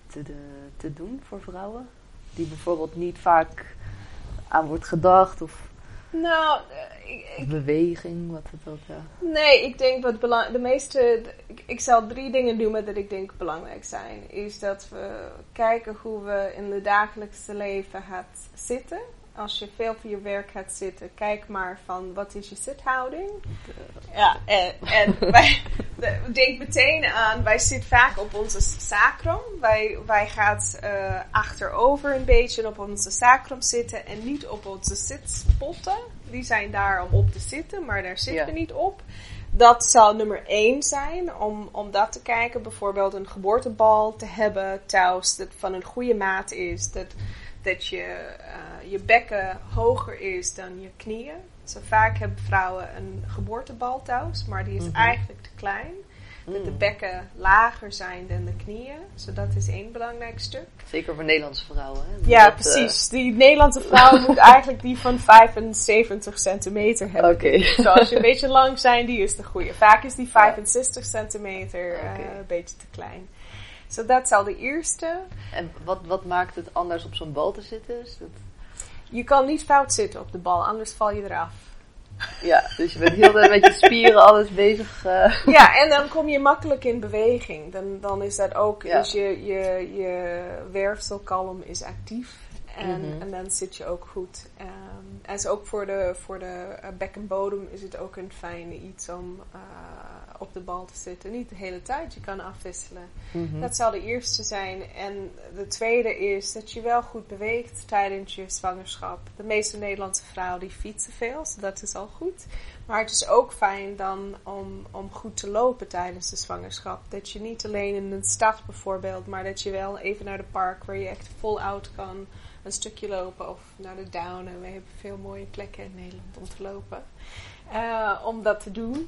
te doen voor vrouwen? Die bijvoorbeeld niet vaak aan wordt gedacht of Nou, beweging, wat het ook... Nee, ik denk wat de meeste... Ik zal 3 dingen doen dat ik denk belangrijk zijn. Is dat we kijken hoe we in het dagelijkse leven gaat zitten. Als je veel voor je werk gaat zitten, kijk maar van wat is je zithouding. Ja, en wij denk meteen aan, wij zitten vaak op onze sacrum. Wij gaan achterover een beetje op onze sacrum zitten en niet op onze zitspotten. Die zijn daar om op te zitten, maar daar zitten we niet op. Dat zal nummer 1 zijn, om dat te kijken. Bijvoorbeeld een geboortebal te hebben thuis, dat van een goede maat is. Dat je bekken hoger is dan je knieën. Zo vaak hebben vrouwen een geboortebal thuis, maar die is eigenlijk te klein. Dat de bekken lager zijn dan de knieën. Dus dat is 1 belangrijk stuk. Zeker voor Nederlandse vrouwen. Hè? Ja, precies. Die Nederlandse vrouw moet eigenlijk die van 75 centimeter hebben. Okay. Dus als je een beetje lang zijn, die is de goede. Vaak is die 65 centimeter een beetje te klein. Dus dat is al de eerste. En wat maakt het anders op zo'n bal te zitten? Is dat... Je kan niet fout zitten op de bal, anders val je eraf. Ja, dus je bent heel de met je spieren alles bezig. Ja, en dan kom je makkelijk in beweging. Dan is dat ook, dus je wervelkolom is actief. En dan zit je ook goed. En is ook voor de bekkenbodem is het ook een fijne iets om op de bal te zitten. Niet de hele tijd, je kan afwisselen. Dat zal de eerste zijn. En de tweede is dat je wel goed beweegt tijdens je zwangerschap. De meeste Nederlandse vrouwen die fietsen veel, dus dat is al goed. Maar het is ook fijn dan om goed te lopen tijdens de zwangerschap. Dat je niet alleen in een stad bijvoorbeeld, maar dat je wel even naar de park waar je echt voluit kan een stukje lopen of naar de Downen. We hebben veel mooie plekken in Nederland om te lopen. Om dat te doen.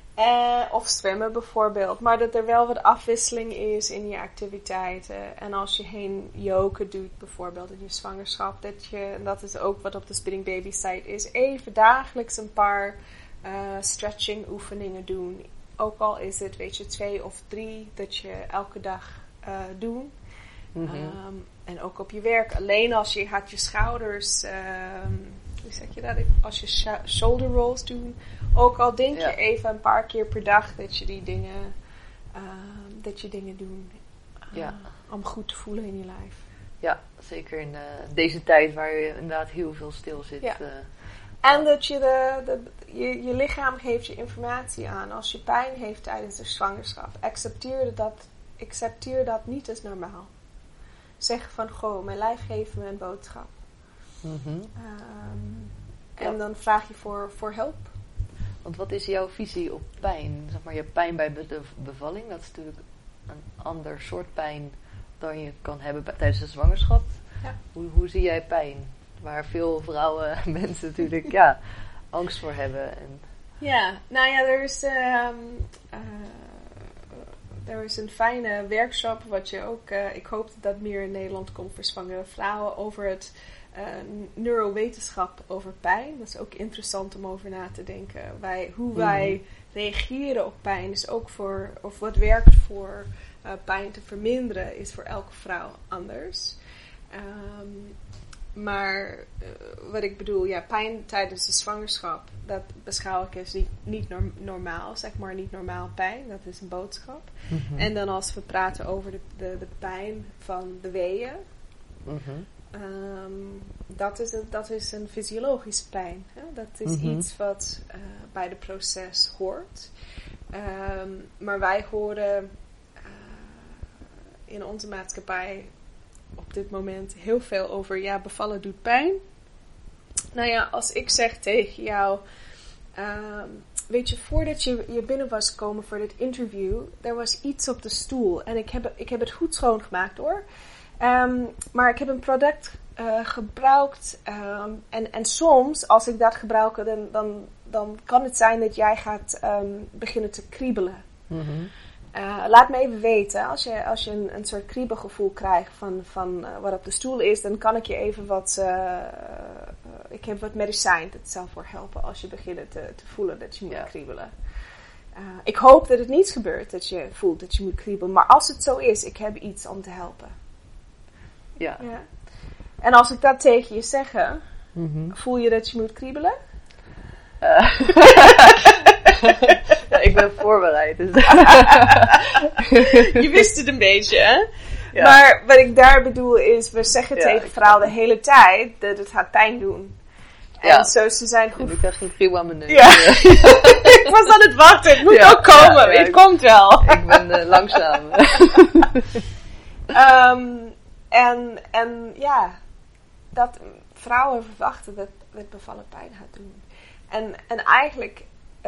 Of zwemmen bijvoorbeeld. Maar dat er wel wat afwisseling is in je activiteiten. En als je geen yoga doet bijvoorbeeld in je zwangerschap. Dat is ook wat op de Spinning Baby site is. Even dagelijks een paar stretching oefeningen doen. Ook al is het 2 of 3 dat je elke dag doet. En ook op je werk. Alleen als je gaat je schouders, hoe zeg je dat? Als je shoulder rolls doet. Ook al denk je even een paar keer per dag dat je die dingen, doet. Om goed te voelen in je lijf. Ja, zeker in deze tijd waar je inderdaad heel veel stil zit. Ja. En dat je lichaam geeft je informatie aan. Als je pijn heeft tijdens de zwangerschap, accepteer dat niet als normaal. Zeg van, goh, mijn lijf geeft me een boodschap. En dan vraag je voor hulp. Want wat is jouw visie op pijn? Zeg maar, je hebt pijn bij de bevalling. Dat is natuurlijk een ander soort pijn dan je kan hebben tijdens de zwangerschap. Ja. Hoe zie jij pijn? Waar veel vrouwen, mensen natuurlijk angst voor hebben. Ja, nou ja, er is een fijne workshop, wat je ook, ik hoop dat meer in Nederland komt voor zwangere vrouwen, over het neurowetenschap over pijn. Dat is ook interessant om over na te denken. Hoe wij reageren op pijn is ook of wat werkt voor pijn te verminderen, is voor elke vrouw anders. Maar wat ik bedoel, pijn tijdens de zwangerschap, dat beschouw ik als niet normaal, zeg maar niet normaal pijn, dat is een boodschap. En dan als we praten over de pijn van de weeën, dat is een fysiologische pijn. Hè? Dat is iets wat bij het proces hoort. Maar wij horen in onze maatschappij op dit moment heel veel over, bevallen doet pijn. Nou ja, als ik zeg tegen jou, weet je, voordat je binnen was gekomen voor dit interview, er was iets op de stoel. En ik heb het goed schoongemaakt hoor. Maar ik heb een product gebruikt. En soms, als ik dat gebruik, dan kan het zijn dat jij gaat beginnen te kriebelen. Mm-hmm. Laat me even weten, als je een soort kriebelgevoel krijgt van wat op de stoel is, dan kan ik je even ik heb wat medicijn dat zal voor helpen als je begint te voelen dat je moet kriebelen. Ik hoop dat het niet gebeurt dat je voelt dat je moet kriebelen, maar als het zo is, ik heb iets om te helpen. Ja. En als ik dat tegen je zeg, voel je dat je moet kriebelen? Ja, ik ben voorbereid. Dus. Je wist het een beetje, hè? Ja. Maar wat ik daar bedoel is, we zeggen tegen vrouwen de hele tijd dat het gaat pijn doen. En zo ze zijn goed. Ik krijg geen kriebel aan mijn neus. Ja. Ik was aan het wachten, het moet ook komen, het komt wel. Ik ben langzaam. En dat vrouwen verwachten dat het bevallen pijn gaat doen. En eigenlijk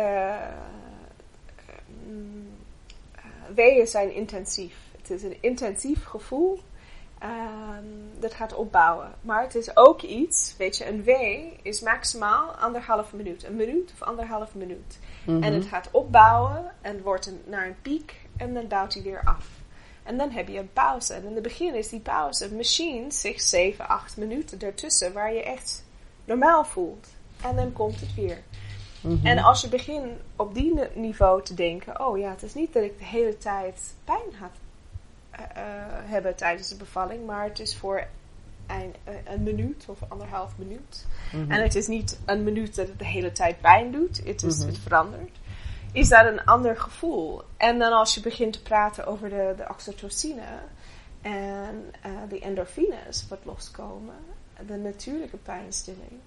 weeën zijn intensief. Het is een intensief gevoel dat gaat opbouwen. Maar het is ook iets, weet je, een wee is maximaal 1,5 minuut. 1 minuut of 1,5 minuut. Mm-hmm. En het gaat opbouwen en wordt naar een piek en dan bouwt hij weer af. En dan heb je een pauze. En in het begin is die pauze misschien 6, 7, 8 minuten ertussen waar je echt normaal voelt. En dan komt het weer. Mm-hmm. En als je begint op die niveau te denken, oh ja, het is niet dat ik de hele tijd pijn had hebben tijdens de bevalling, maar het is voor een minuut of 1,5 minuut. Mm-hmm. En het is niet 1 minuut dat het de hele tijd pijn doet, het verandert. Is dat een ander gevoel. En dan als je begint te praten over de oxytocine en de endorfines wat loskomen, de natuurlijke pijnstilling,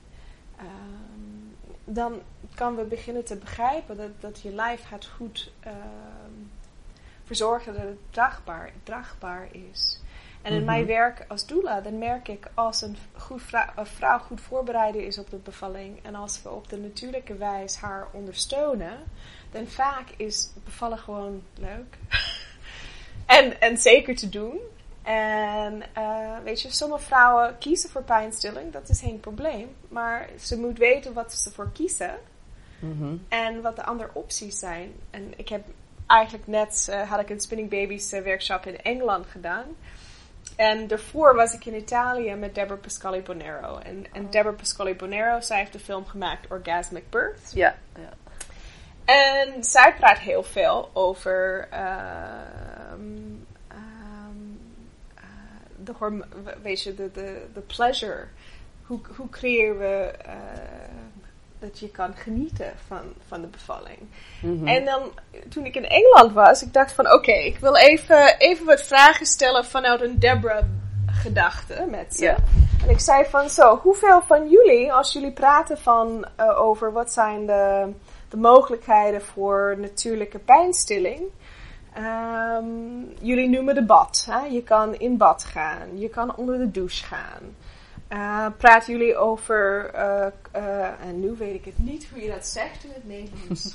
dan kan we beginnen te begrijpen dat je lijf gaat goed verzorgen dat het draagbaar is. En in mijn werk als doula, dan merk ik als een vrouw goed voorbereid is op de bevalling en als we op de natuurlijke wijze haar ondersteunen, dan vaak is bevallen gewoon leuk. en zeker te doen. En weet je, sommige vrouwen kiezen voor pijnstilling, dat is geen probleem. Maar ze moet weten wat ze ervoor kiezen. Mm-hmm. En wat de andere opties zijn. En ik heb eigenlijk net, had ik een Spinning Babies workshop in Engeland gedaan. En daarvoor was ik in Italië met Deborah Pascali Bonero. En Deborah Pascali Bonero, zij heeft de film gemaakt Orgasmic Birth. Ja. En zij praat heel veel over de pleasure. Hoe creëren we dat je kan genieten van de bevalling. Mm-hmm. En dan, toen ik in Engeland was, ik dacht van oké, ik wil even wat vragen stellen vanuit een Deborah-gedachte met ze. Yeah. En ik zei van hoeveel van jullie, als jullie praten over wat zijn de mogelijkheden voor natuurlijke pijnstilling, jullie noemen de bad. Hè? Je kan in bad gaan. Je kan onder de douche gaan. Praten jullie over, en nu weet ik het niet hoe je dat zegt in het Nederlands.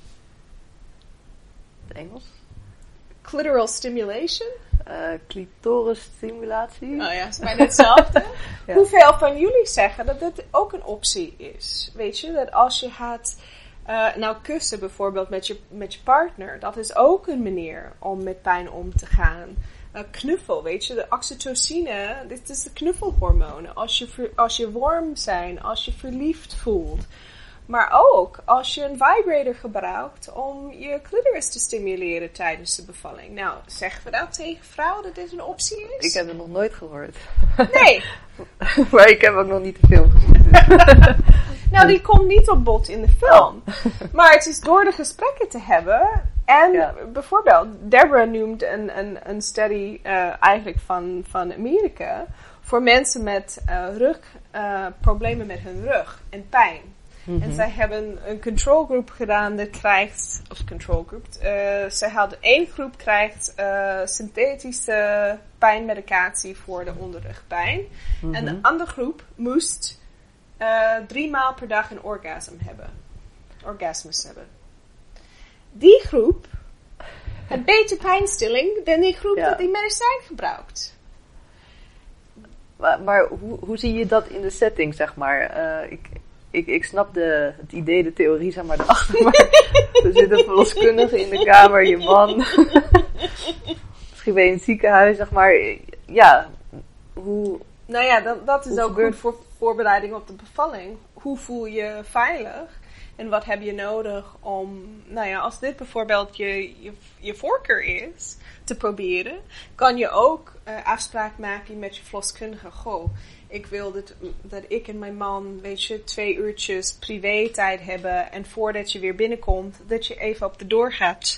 Het Engels? Clitoral stimulation? Clitoris stimulatie. Oh ja, is bijna hetzelfde. Ja. Hoeveel van jullie zeggen dat dit ook een optie is? Weet je, dat als je gaat kussen bijvoorbeeld met je partner, dat is ook een manier om met pijn om te gaan. Knuffel, weet je, de oxytocine, dit is de knuffelhormonen. Als je warm zijn, als je verliefd voelt. Maar ook als je een vibrator gebruikt om je clitoris te stimuleren tijdens de bevalling. Nou, zeggen we dat tegen vrouwen dat dit een optie is? Ik heb het nog nooit gehoord. Nee. Maar ik heb ook nog niet de film gezien. Nou, die komt niet op bod in de film. Maar het is door de gesprekken te hebben. En bijvoorbeeld, Deborah noemt een study eigenlijk van Amerika. Voor mensen met problemen met hun rug en pijn. En zij hebben een controlgroep gedaan dat krijgt, ze hadden 1 groep krijgt synthetische pijnmedicatie voor de onderrugpijn. En de andere groep moest 3 maal per dag een orgasmus hebben. Die groep had beter pijnstilling dan die groep dat die medicijn gebruikt. Maar hoe zie je dat in de setting, zeg maar? Ik snap het idee, de theorie, zeg maar, erachter. Maar er zit een verloskundige in de kamer, je man. Misschien ben je in het ziekenhuis, zeg maar. Ja, hoe... Nou ja, dat is ook goed voor voorbereiding op de bevalling. Hoe voel je veilig? En wat heb je nodig om... Nou ja, als dit bijvoorbeeld je voorkeur is, te proberen, kan je ook afspraak maken met je verloskundige. Goh, ik wil dat ik en mijn man, 2 uurtjes privé tijd hebben. En voordat je weer binnenkomt, dat je even op de deur gaat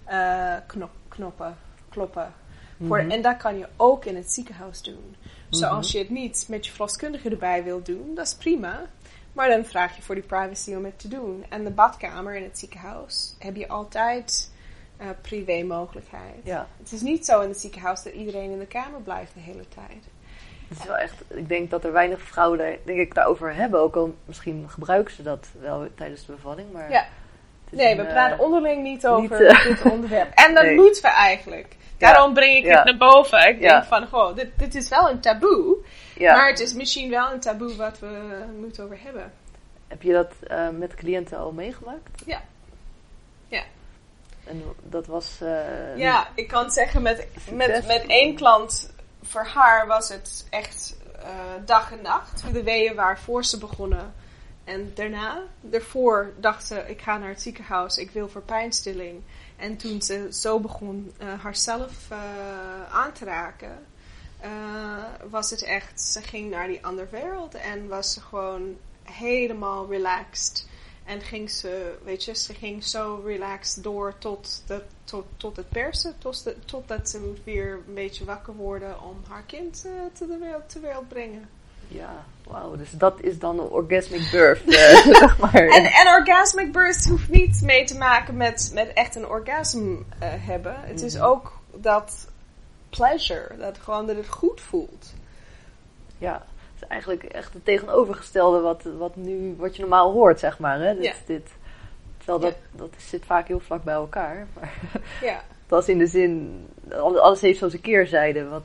kloppen. En dat kan je ook in het ziekenhuis doen. Als je het niet met je verloskundige erbij wilt doen, dat is prima. Maar dan vraag je voor die privacy om het te doen. En de badkamer in het ziekenhuis heb je altijd privé mogelijkheid. Ja. Het is niet zo in het ziekenhuis dat iedereen in de kamer blijft de hele tijd. Het is wel echt, ik denk dat er weinig vrouwen daarover hebben. Ook al misschien gebruiken ze dat wel tijdens de bevalling. Maar ja. Nee, we praten onderling niet over dit onderwerp. En dat moeten we eigenlijk. Daarom breng ik het naar boven. Ik denk van, goh, dit is wel een taboe. Ja. Maar het is misschien wel een taboe wat we moeten over hebben. Heb je dat met cliënten al meegemaakt? Ja. Ja. En dat was... ja, ik kan zeggen met 1 klant, voor haar was het echt dag en nacht. De weeën waren voor ze begonnen. En daarvoor dacht ze, ik ga naar het ziekenhuis, ik wil voor pijnstilling. En toen ze zo begon haarzelf aan te raken, was het echt, ze ging naar die andere wereld en was ze gewoon helemaal relaxed. En ging ze ging zo relaxed door tot het persen, totdat ze moet weer een beetje wakker worden om haar kind ter wereld brengen. Ja, wauw. Dus dat is dan een orgasmic birth, zeg maar. En orgasmic birth hoeft niet mee te maken met echt een orgasme hebben. Het is ook dat pleasure, dat het goed voelt. Ja, het is eigenlijk echt het tegenovergestelde wat je normaal hoort, zeg maar. Hè? Terwijl dat zit vaak heel vlak bij elkaar. Maar dat is in de zin, alles heeft zo zijn keerzijde,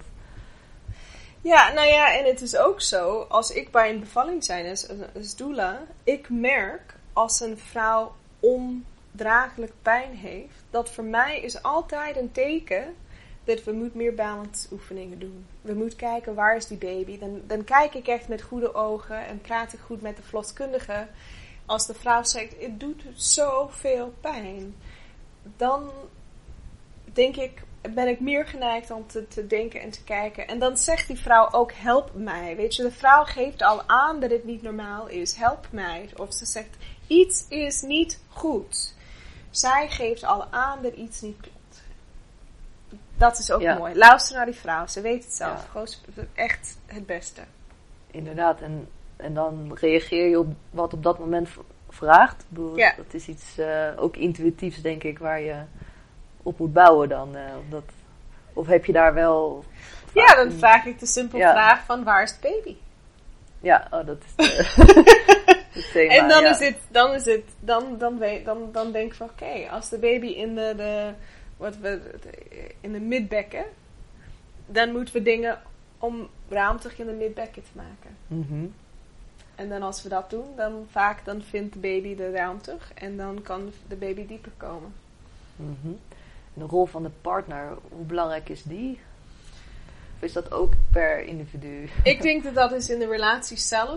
Ja, nou ja, en het is ook zo, als ik bij een bevalling zijn als doula, ik merk als een vrouw ondraaglijk pijn heeft, dat voor mij is altijd een teken dat we moeten meer balance oefeningen doen. We moeten kijken, waar is die baby? Dan kijk ik echt met goede ogen en praat ik goed met de verloskundige. Als de vrouw zegt, het doet zoveel pijn, dan denk ik, ben ik meer geneigd om te denken en te kijken. En dan zegt die vrouw ook, help mij. Weet je, de vrouw geeft al aan dat het niet normaal is. Help mij. Of ze zegt, iets is niet goed. Zij geeft al aan dat iets niet klopt. Dat is ook mooi. Luister naar die vrouw. Ze weet het zelf. Gewoon echt het beste. Inderdaad. En dan reageer je op wat op dat moment vraagt. Dat is iets ook intuïtiefs, denk ik, waar je op moet bouwen dan. Of heb je daar wel... Ja, dan vraag ik de simpele vraag van, waar is het baby? Ja, dat is het thema. En dan denk ik van, oké, als de baby in de midbekken, dan moeten we dingen om ruimte in de midbekken te maken. Mm-hmm. En dan als we dat doen, dan vindt de baby de ruimte en dan kan de baby dieper komen. Mm-hmm. De rol van de partner, hoe belangrijk is die? Of is dat ook per individu? Ik denk dat is in de relatie zelf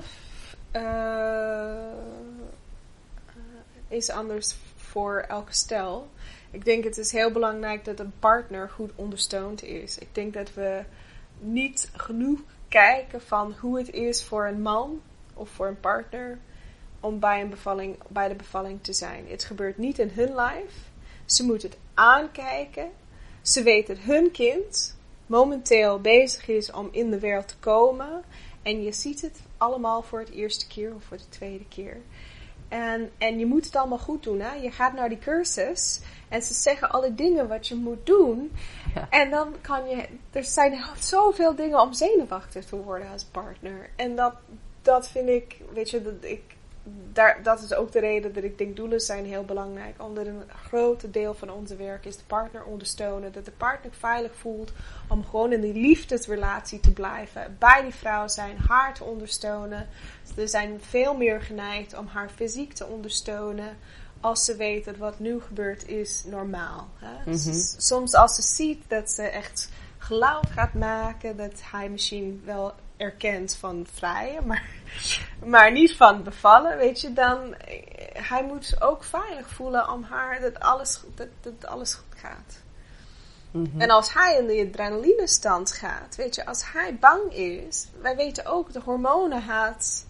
is anders voor elke stel. Ik denk het is heel belangrijk dat een partner goed ondersteund is. Ik denk dat we niet genoeg kijken van hoe het is voor een man of voor een partner om bij de bevalling te zijn. Het gebeurt niet in hun lijf. Ze moeten het aankijken. Ze weten dat hun kind momenteel bezig is om in de wereld te komen. En je ziet het allemaal voor het eerste keer of voor de tweede keer. En je moet het allemaal goed doen. Hè? Je gaat naar die cursus en ze zeggen alle dingen wat je moet doen. Ja. En dan kan je... Er zijn zoveel dingen om zenuwachtig te worden als partner. En dat vind ik... Weet je, dat is ook de reden dat ik denk doelen zijn heel belangrijk. Omdat een groot deel van onze werk is de partner ondersteunen. Dat de partner veilig voelt om gewoon in die liefdesrelatie te blijven. Bij die vrouw zijn, haar te ondersteunen. Ze zijn veel meer geneigd om haar fysiek te ondersteunen. Als ze weet dat wat nu gebeurt is normaal. Hè? Mm-hmm. Soms als ze ziet dat ze echt geluid gaat maken. Dat hij misschien wel erkent van vrijen, maar niet van bevallen, weet je, dan hij moet ook veilig voelen om haar dat alles goed gaat. Mm-hmm. En als hij in de adrenaline stand gaat, weet je, als hij bang is, wij weten ook, de hormonen gaat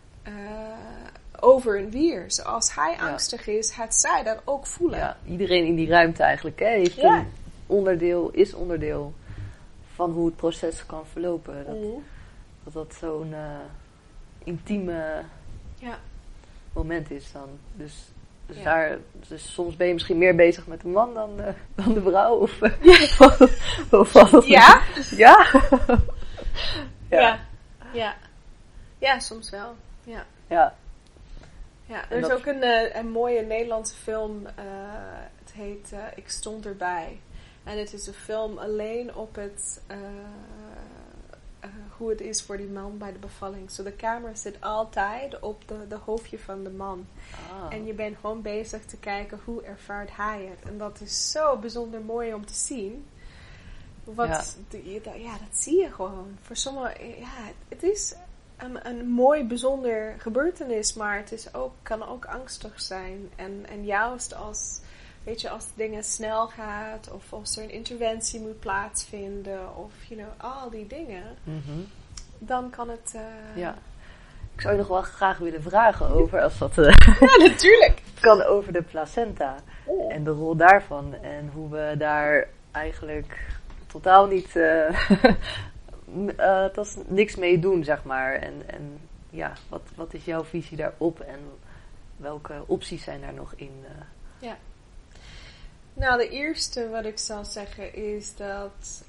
over en weer. Dus als hij angstig is, gaat zij dat ook voelen. Ja, iedereen in die ruimte eigenlijk, hè, heeft een onderdeel van hoe het proces kan verlopen. Dat zo'n intieme moment is dan. Dus soms ben je misschien meer bezig met de man dan de vrouw. Of ja? Ja? Ja, soms wel. Ja. Ja, er is ook een mooie Nederlandse film. Het heet Ik stond erbij. En het is een film alleen op het... hoe het is voor die man bij de bevalling. So de camera zit altijd op de hoofdje van de man. En je bent gewoon bezig te kijken hoe ervaart hij het. En dat is zo bijzonder mooi om te zien. Dat zie je gewoon. Voor sommigen, het is een mooi bijzonder gebeurtenis, maar het is kan ook angstig zijn. En juist als dingen snel gaat, of als er een interventie moet plaatsvinden, of al die dingen, dan kan het... Ik zou je nog wel graag willen vragen over, als dat... ja, natuurlijk! kan over de placenta en de rol daarvan. En hoe we daar eigenlijk totaal niet... dat is niks mee doen, zeg maar. En wat is jouw visie daarop? En welke opties zijn daar nog in? Nou, de eerste wat ik zou zeggen is dat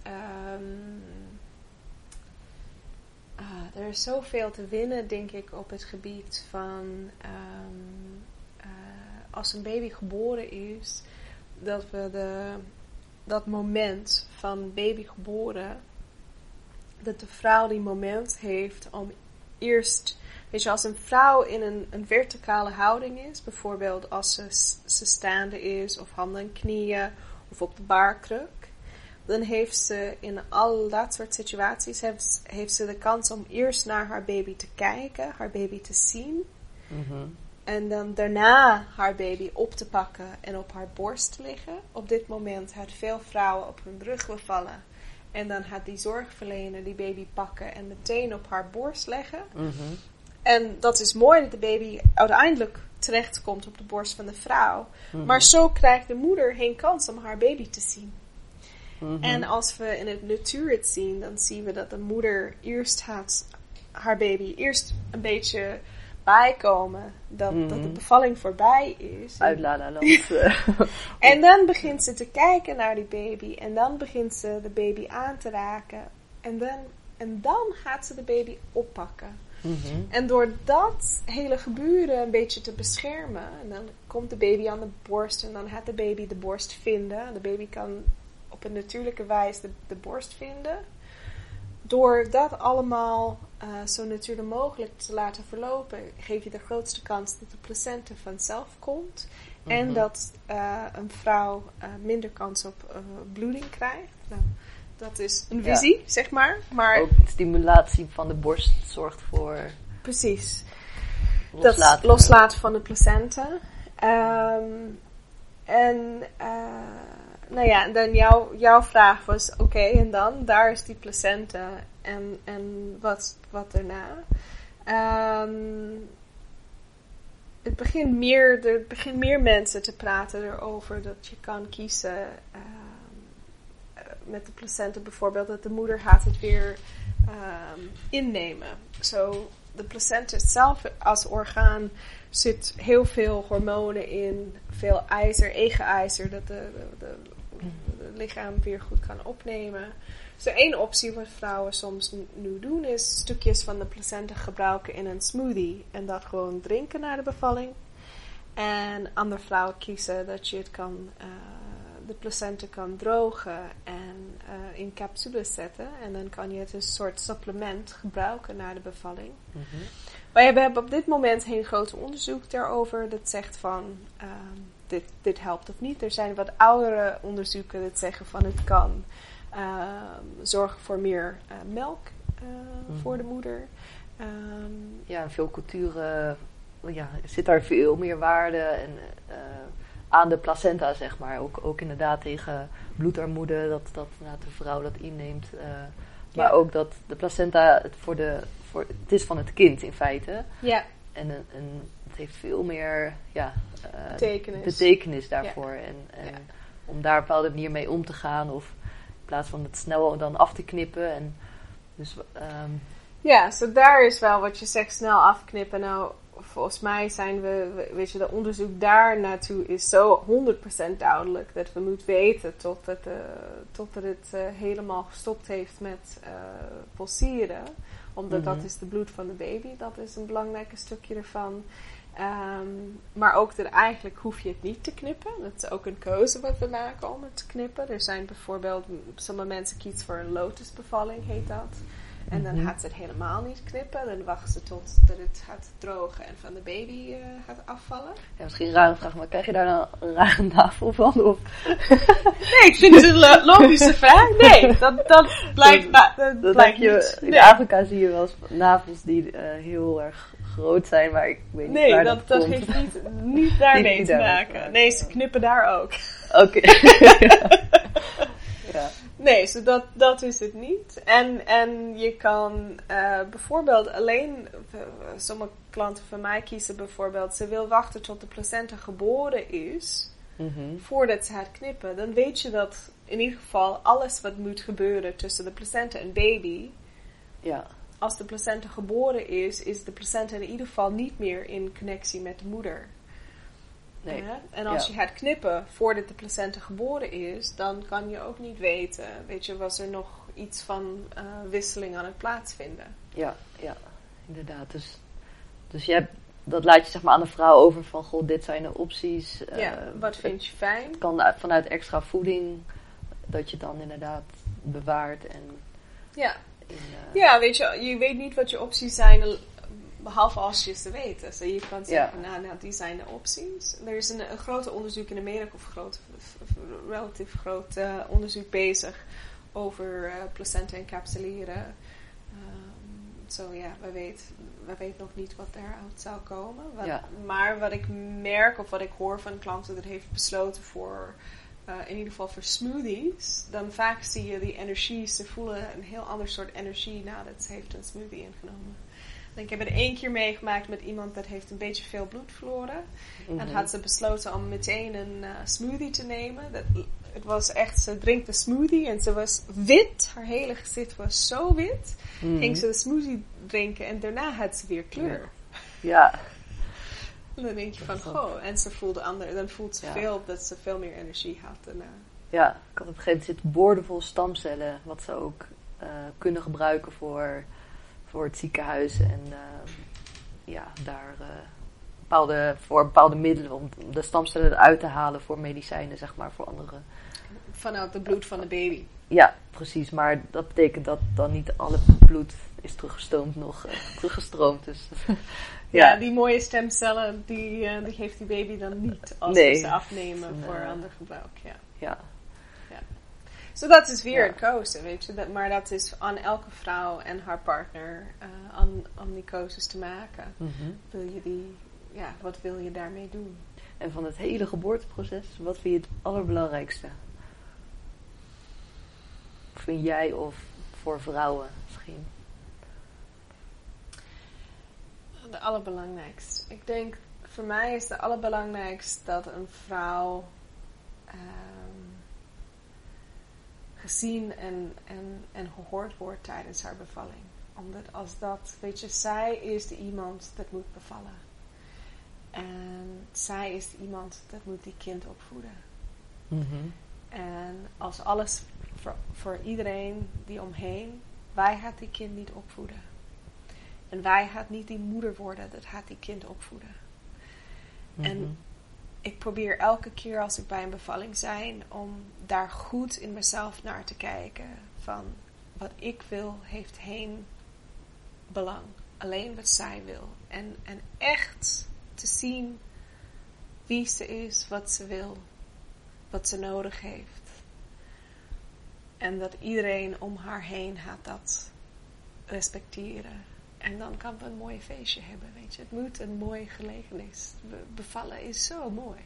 er is zoveel te winnen, denk ik, op het gebied van als een baby geboren is, dat we dat moment van baby geboren, dat de vrouw die moment heeft om eerst... Weet je, als een vrouw in een verticale houding is, bijvoorbeeld als ze staande is, of handen en knieën, of op de baarkruk, dan heeft ze in al dat soort situaties, heeft ze de kans om eerst naar haar baby te kijken, haar baby te zien, en dan daarna haar baby op te pakken en op haar borst te liggen. Op dit moment gaat veel vrouwen op hun rug bevallen. En dan gaat die zorgverlener die baby pakken en meteen op haar borst leggen. En dat is mooi dat de baby uiteindelijk terechtkomt op de borst van de vrouw. Maar zo krijgt de moeder geen kans om haar baby te zien. En als we in het natuur het zien, dan zien we dat de moeder eerst gaat haar baby eerst een beetje bijkomen. Dat de bevalling voorbij is. Uit La La Land. En dan begint ze te kijken naar die baby. En dan begint ze de baby aan te raken. En dan gaat ze de baby oppakken. En door dat hele gebeuren een beetje te beschermen, en dan komt de baby aan de borst en dan gaat de baby de borst vinden. De baby kan op een natuurlijke wijze de borst vinden. Door dat allemaal zo natuurlijk mogelijk te laten verlopen, geef je de grootste kans dat de placenta vanzelf komt. En dat een vrouw minder kans op bloeding krijgt. Nou, dat is een visie, zeg maar. Ook stimulatie van de borst zorgt voor... Precies. Loslaten van de placenta. En dan jouw vraag was, oké, en dan? Daar is die placenta. En wat daarna? Er begint meer mensen te praten erover dat je kan kiezen... met de placenta bijvoorbeeld, dat de moeder gaat het weer innemen. de placenta zelf als orgaan zit heel veel hormonen in, veel ijzer, egenijzer, dat de lichaam weer goed kan opnemen. Dus één optie wat vrouwen soms nu doen is stukjes van de placenta gebruiken in een smoothie en dat gewoon drinken na de bevalling. En andere vrouwen kiezen dat je het kan, de placenta kan drogen en in capsules zetten. En dan kan je het een soort supplement gebruiken na de bevalling. Mhm. Maar we hebben op dit moment geen groot onderzoek daarover dat zegt van dit helpt of niet. Er zijn wat oudere onderzoeken dat zeggen van het kan zorgen voor meer melk voor de moeder. Ja, in veel culturen zit daar veel meer waarde aan de placenta, zeg maar. Ook inderdaad tegen bloedarmoede, dat inderdaad de vrouw dat inneemt. Maar ook dat de placenta het is van het kind in feite. Ja. En het heeft veel meer betekenis daarvoor. Ja. En om daar op een bepaalde manier mee om te gaan. Of in plaats van het snel dan af te knippen. En dus, so daar is wel wat je zegt, snel afknippen. Nou, volgens mij zijn weet je, de onderzoek daar naartoe is zo 100% duidelijk. Dat we moeten weten totdat het helemaal gestopt heeft met pulseren. Omdat dat is de bloed van de baby. Dat is een belangrijk stukje ervan. Maar ook dat eigenlijk hoef je het niet te knippen. Dat is ook een keuze wat we maken om het te knippen. Er zijn bijvoorbeeld, sommige mensen kiezen voor een lotusbevalling, heet dat. En dan gaat ze het helemaal niet knippen. Dan wachten ze totdat het gaat drogen en van de baby gaat afvallen. Ja, misschien een rare vraag, maar krijg je daar nou een rare navel van? Of? Nee, ik vind het een logische vraag. Nee, dat blijkt niet. In Afrika zie je wel eens navels die heel erg groot zijn, maar ik weet niet waar dat komt. Nee, dat heeft niet daarmee te maken. Nee, ze knippen daar ook. Oké. Ja. Nee, dat is het niet. En je kan bijvoorbeeld alleen, sommige klanten van mij kiezen bijvoorbeeld, ze wil wachten tot de placenta geboren is, voordat ze gaat knippen. Dan weet je dat in ieder geval alles wat moet gebeuren tussen de placenta en baby, als de placenta geboren is de placenta in ieder geval niet meer in connectie met de moeder. Nee. En als je gaat knippen voordat de placenta geboren is, dan kan je ook niet weten, was er nog iets van wisseling aan het plaatsvinden. Ja, inderdaad. Dus dat laat je zeg maar aan de vrouw over van, goh, dit zijn de opties. Wat vind je fijn? Het kan vanuit extra voeding, dat je dan inderdaad bewaart. En je weet niet wat je opties zijn, behalve als je ze weet. Dus je kan zeggen, nou, die zijn de opties. Er is een groot onderzoek in Amerika, relatief groot onderzoek bezig over placenta encapsuleren. We weten nog niet wat daaruit zou komen. Maar wat ik merk, of wat ik hoor van klanten dat heeft besloten voor, in ieder geval voor smoothies, dan vaak zie je die energie, ze voelen een heel ander soort energie nadat ze heeft een smoothie ingenomen. Ik heb het 1 keer meegemaakt met iemand dat heeft een beetje veel bloed verloren. En had ze besloten om meteen een smoothie te nemen. Het was echt, ze drinkt de smoothie en ze was wit. Haar hele gezicht was zo wit. Ging ze de smoothie drinken en daarna had ze weer kleur. Ja. En dan denk je van, goh. En ze voelde dan voelt ze veel dat ze veel meer energie had daarna. Ja, ik had op een gegeven moment zitten boordevol stamcellen. Wat ze ook kunnen gebruiken voor het ziekenhuis en daar voor bepaalde middelen om de stamcellen eruit te halen voor medicijnen, zeg maar, voor andere. Vanuit het bloed van de baby. Ja, precies. Maar dat betekent dat dan niet alle bloed is teruggestroomd. Dus ja, die mooie stemcellen, die geeft die baby dan niet als we ze afnemen voor ander gebruik. Ja. Dus dat is weer een keuze, weet je. Maar dat is aan elke vrouw en haar partner om die keuzes te maken. Wil je wat wil je daarmee doen? En van het hele geboorteproces, wat vind je het allerbelangrijkste? Vind jij of voor vrouwen misschien? De allerbelangrijkste. Ik denk, voor mij is de allerbelangrijkste dat een vrouw gezien en gehoord wordt tijdens haar bevalling. Weet je, zij is de iemand dat moet bevallen. En zij is de iemand dat moet die kind opvoeden. Mhm. En als alles voor iedereen die omheen, wij gaat die kind niet opvoeden. En wij gaat niet die moeder worden, dat gaat die kind opvoeden. Mhm. En ik probeer elke keer als ik bij een bevalling zijn, om daar goed in mezelf naar te kijken. Van wat ik wil, heeft geen belang. Alleen wat zij wil. En echt te zien wie ze is, wat ze wil, wat ze nodig heeft. En dat iedereen om haar heen gaat dat respecteren. En dan kan we een mooi feestje hebben, weet je. Het moet een mooie gelegenis. Bevallen is zo mooi.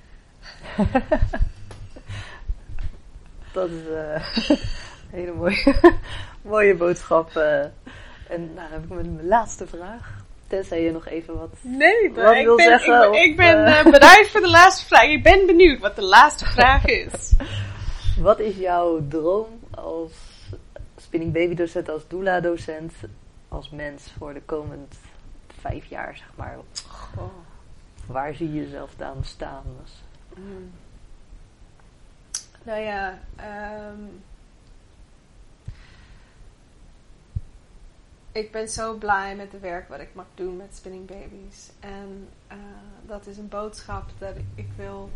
Dat is een hele mooie boodschap. En nou heb ik mijn laatste vraag. Tenzij je nog even wat wil zeggen. Ik ben bereid voor de laatste vraag. Ik ben benieuwd wat de laatste vraag is. Wat is jouw droom als spinning baby docent, als doula docent, als mens voor de komende 5 jaar, zeg maar? Goh. Waar zie je jezelf dan staan? Nou ja, ik ben zo blij met het werk wat ik mag doen met spinning babies. En dat is een boodschap dat ik wil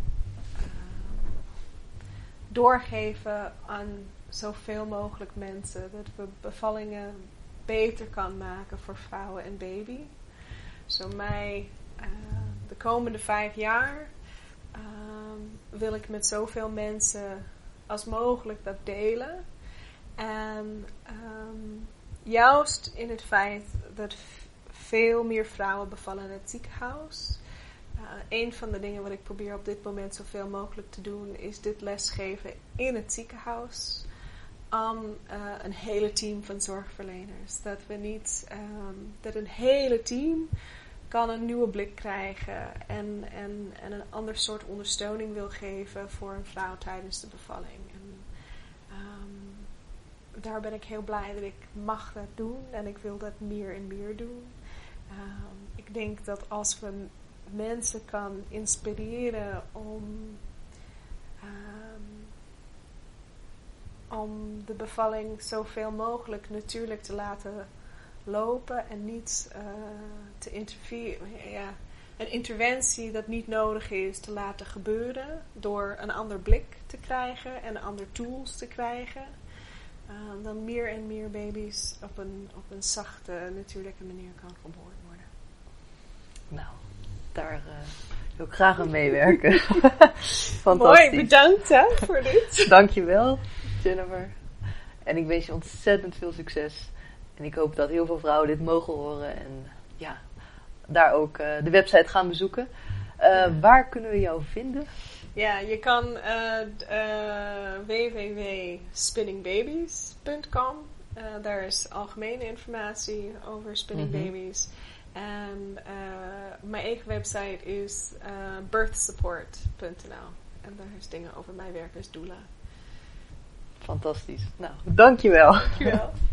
doorgeven aan zoveel mogelijk mensen. Dat we bevallingen beter kan maken voor vrouwen en baby. Zo de komende 5 jaar wil ik met zoveel mensen als mogelijk dat delen. En juist in het feit dat veel meer vrouwen bevallen in het ziekenhuis. Een van de dingen wat ik probeer op dit moment zoveel mogelijk te doen is dit lesgeven in het ziekenhuis aan een hele team van zorgverleners. Dat we niet, dat een hele team kan een nieuwe blik krijgen en een ander soort ondersteuning wil geven voor een vrouw tijdens de bevalling. En, daar ben ik heel blij dat ik mag dat doen en ik wil dat meer en meer doen. Ik denk dat als we mensen kan inspireren om de bevalling zoveel mogelijk natuurlijk te laten lopen en niet te interveneren. Ja, een interventie dat niet nodig is te laten gebeuren door een ander blik te krijgen en andere tools te krijgen. Dan meer en meer baby's op een zachte, natuurlijke manier kan geboren worden. Nou, daar wil ik graag aan meewerken. Fantastisch. Mooi, bedankt voor dit. Dankjewel, Jennifer. En ik wens je ontzettend veel succes. En ik hoop dat heel veel vrouwen dit mogen horen. En ja, daar ook de website gaan bezoeken. Waar kunnen we jou vinden? Ja, je kan www.spinningbabies.com. Daar is algemene informatie over spinning babies. En mijn eigen website is birthsupport.nl. En daar is dingen over mijn werk als doula. Fantastisch. Nou, dankjewel. Dankjewel.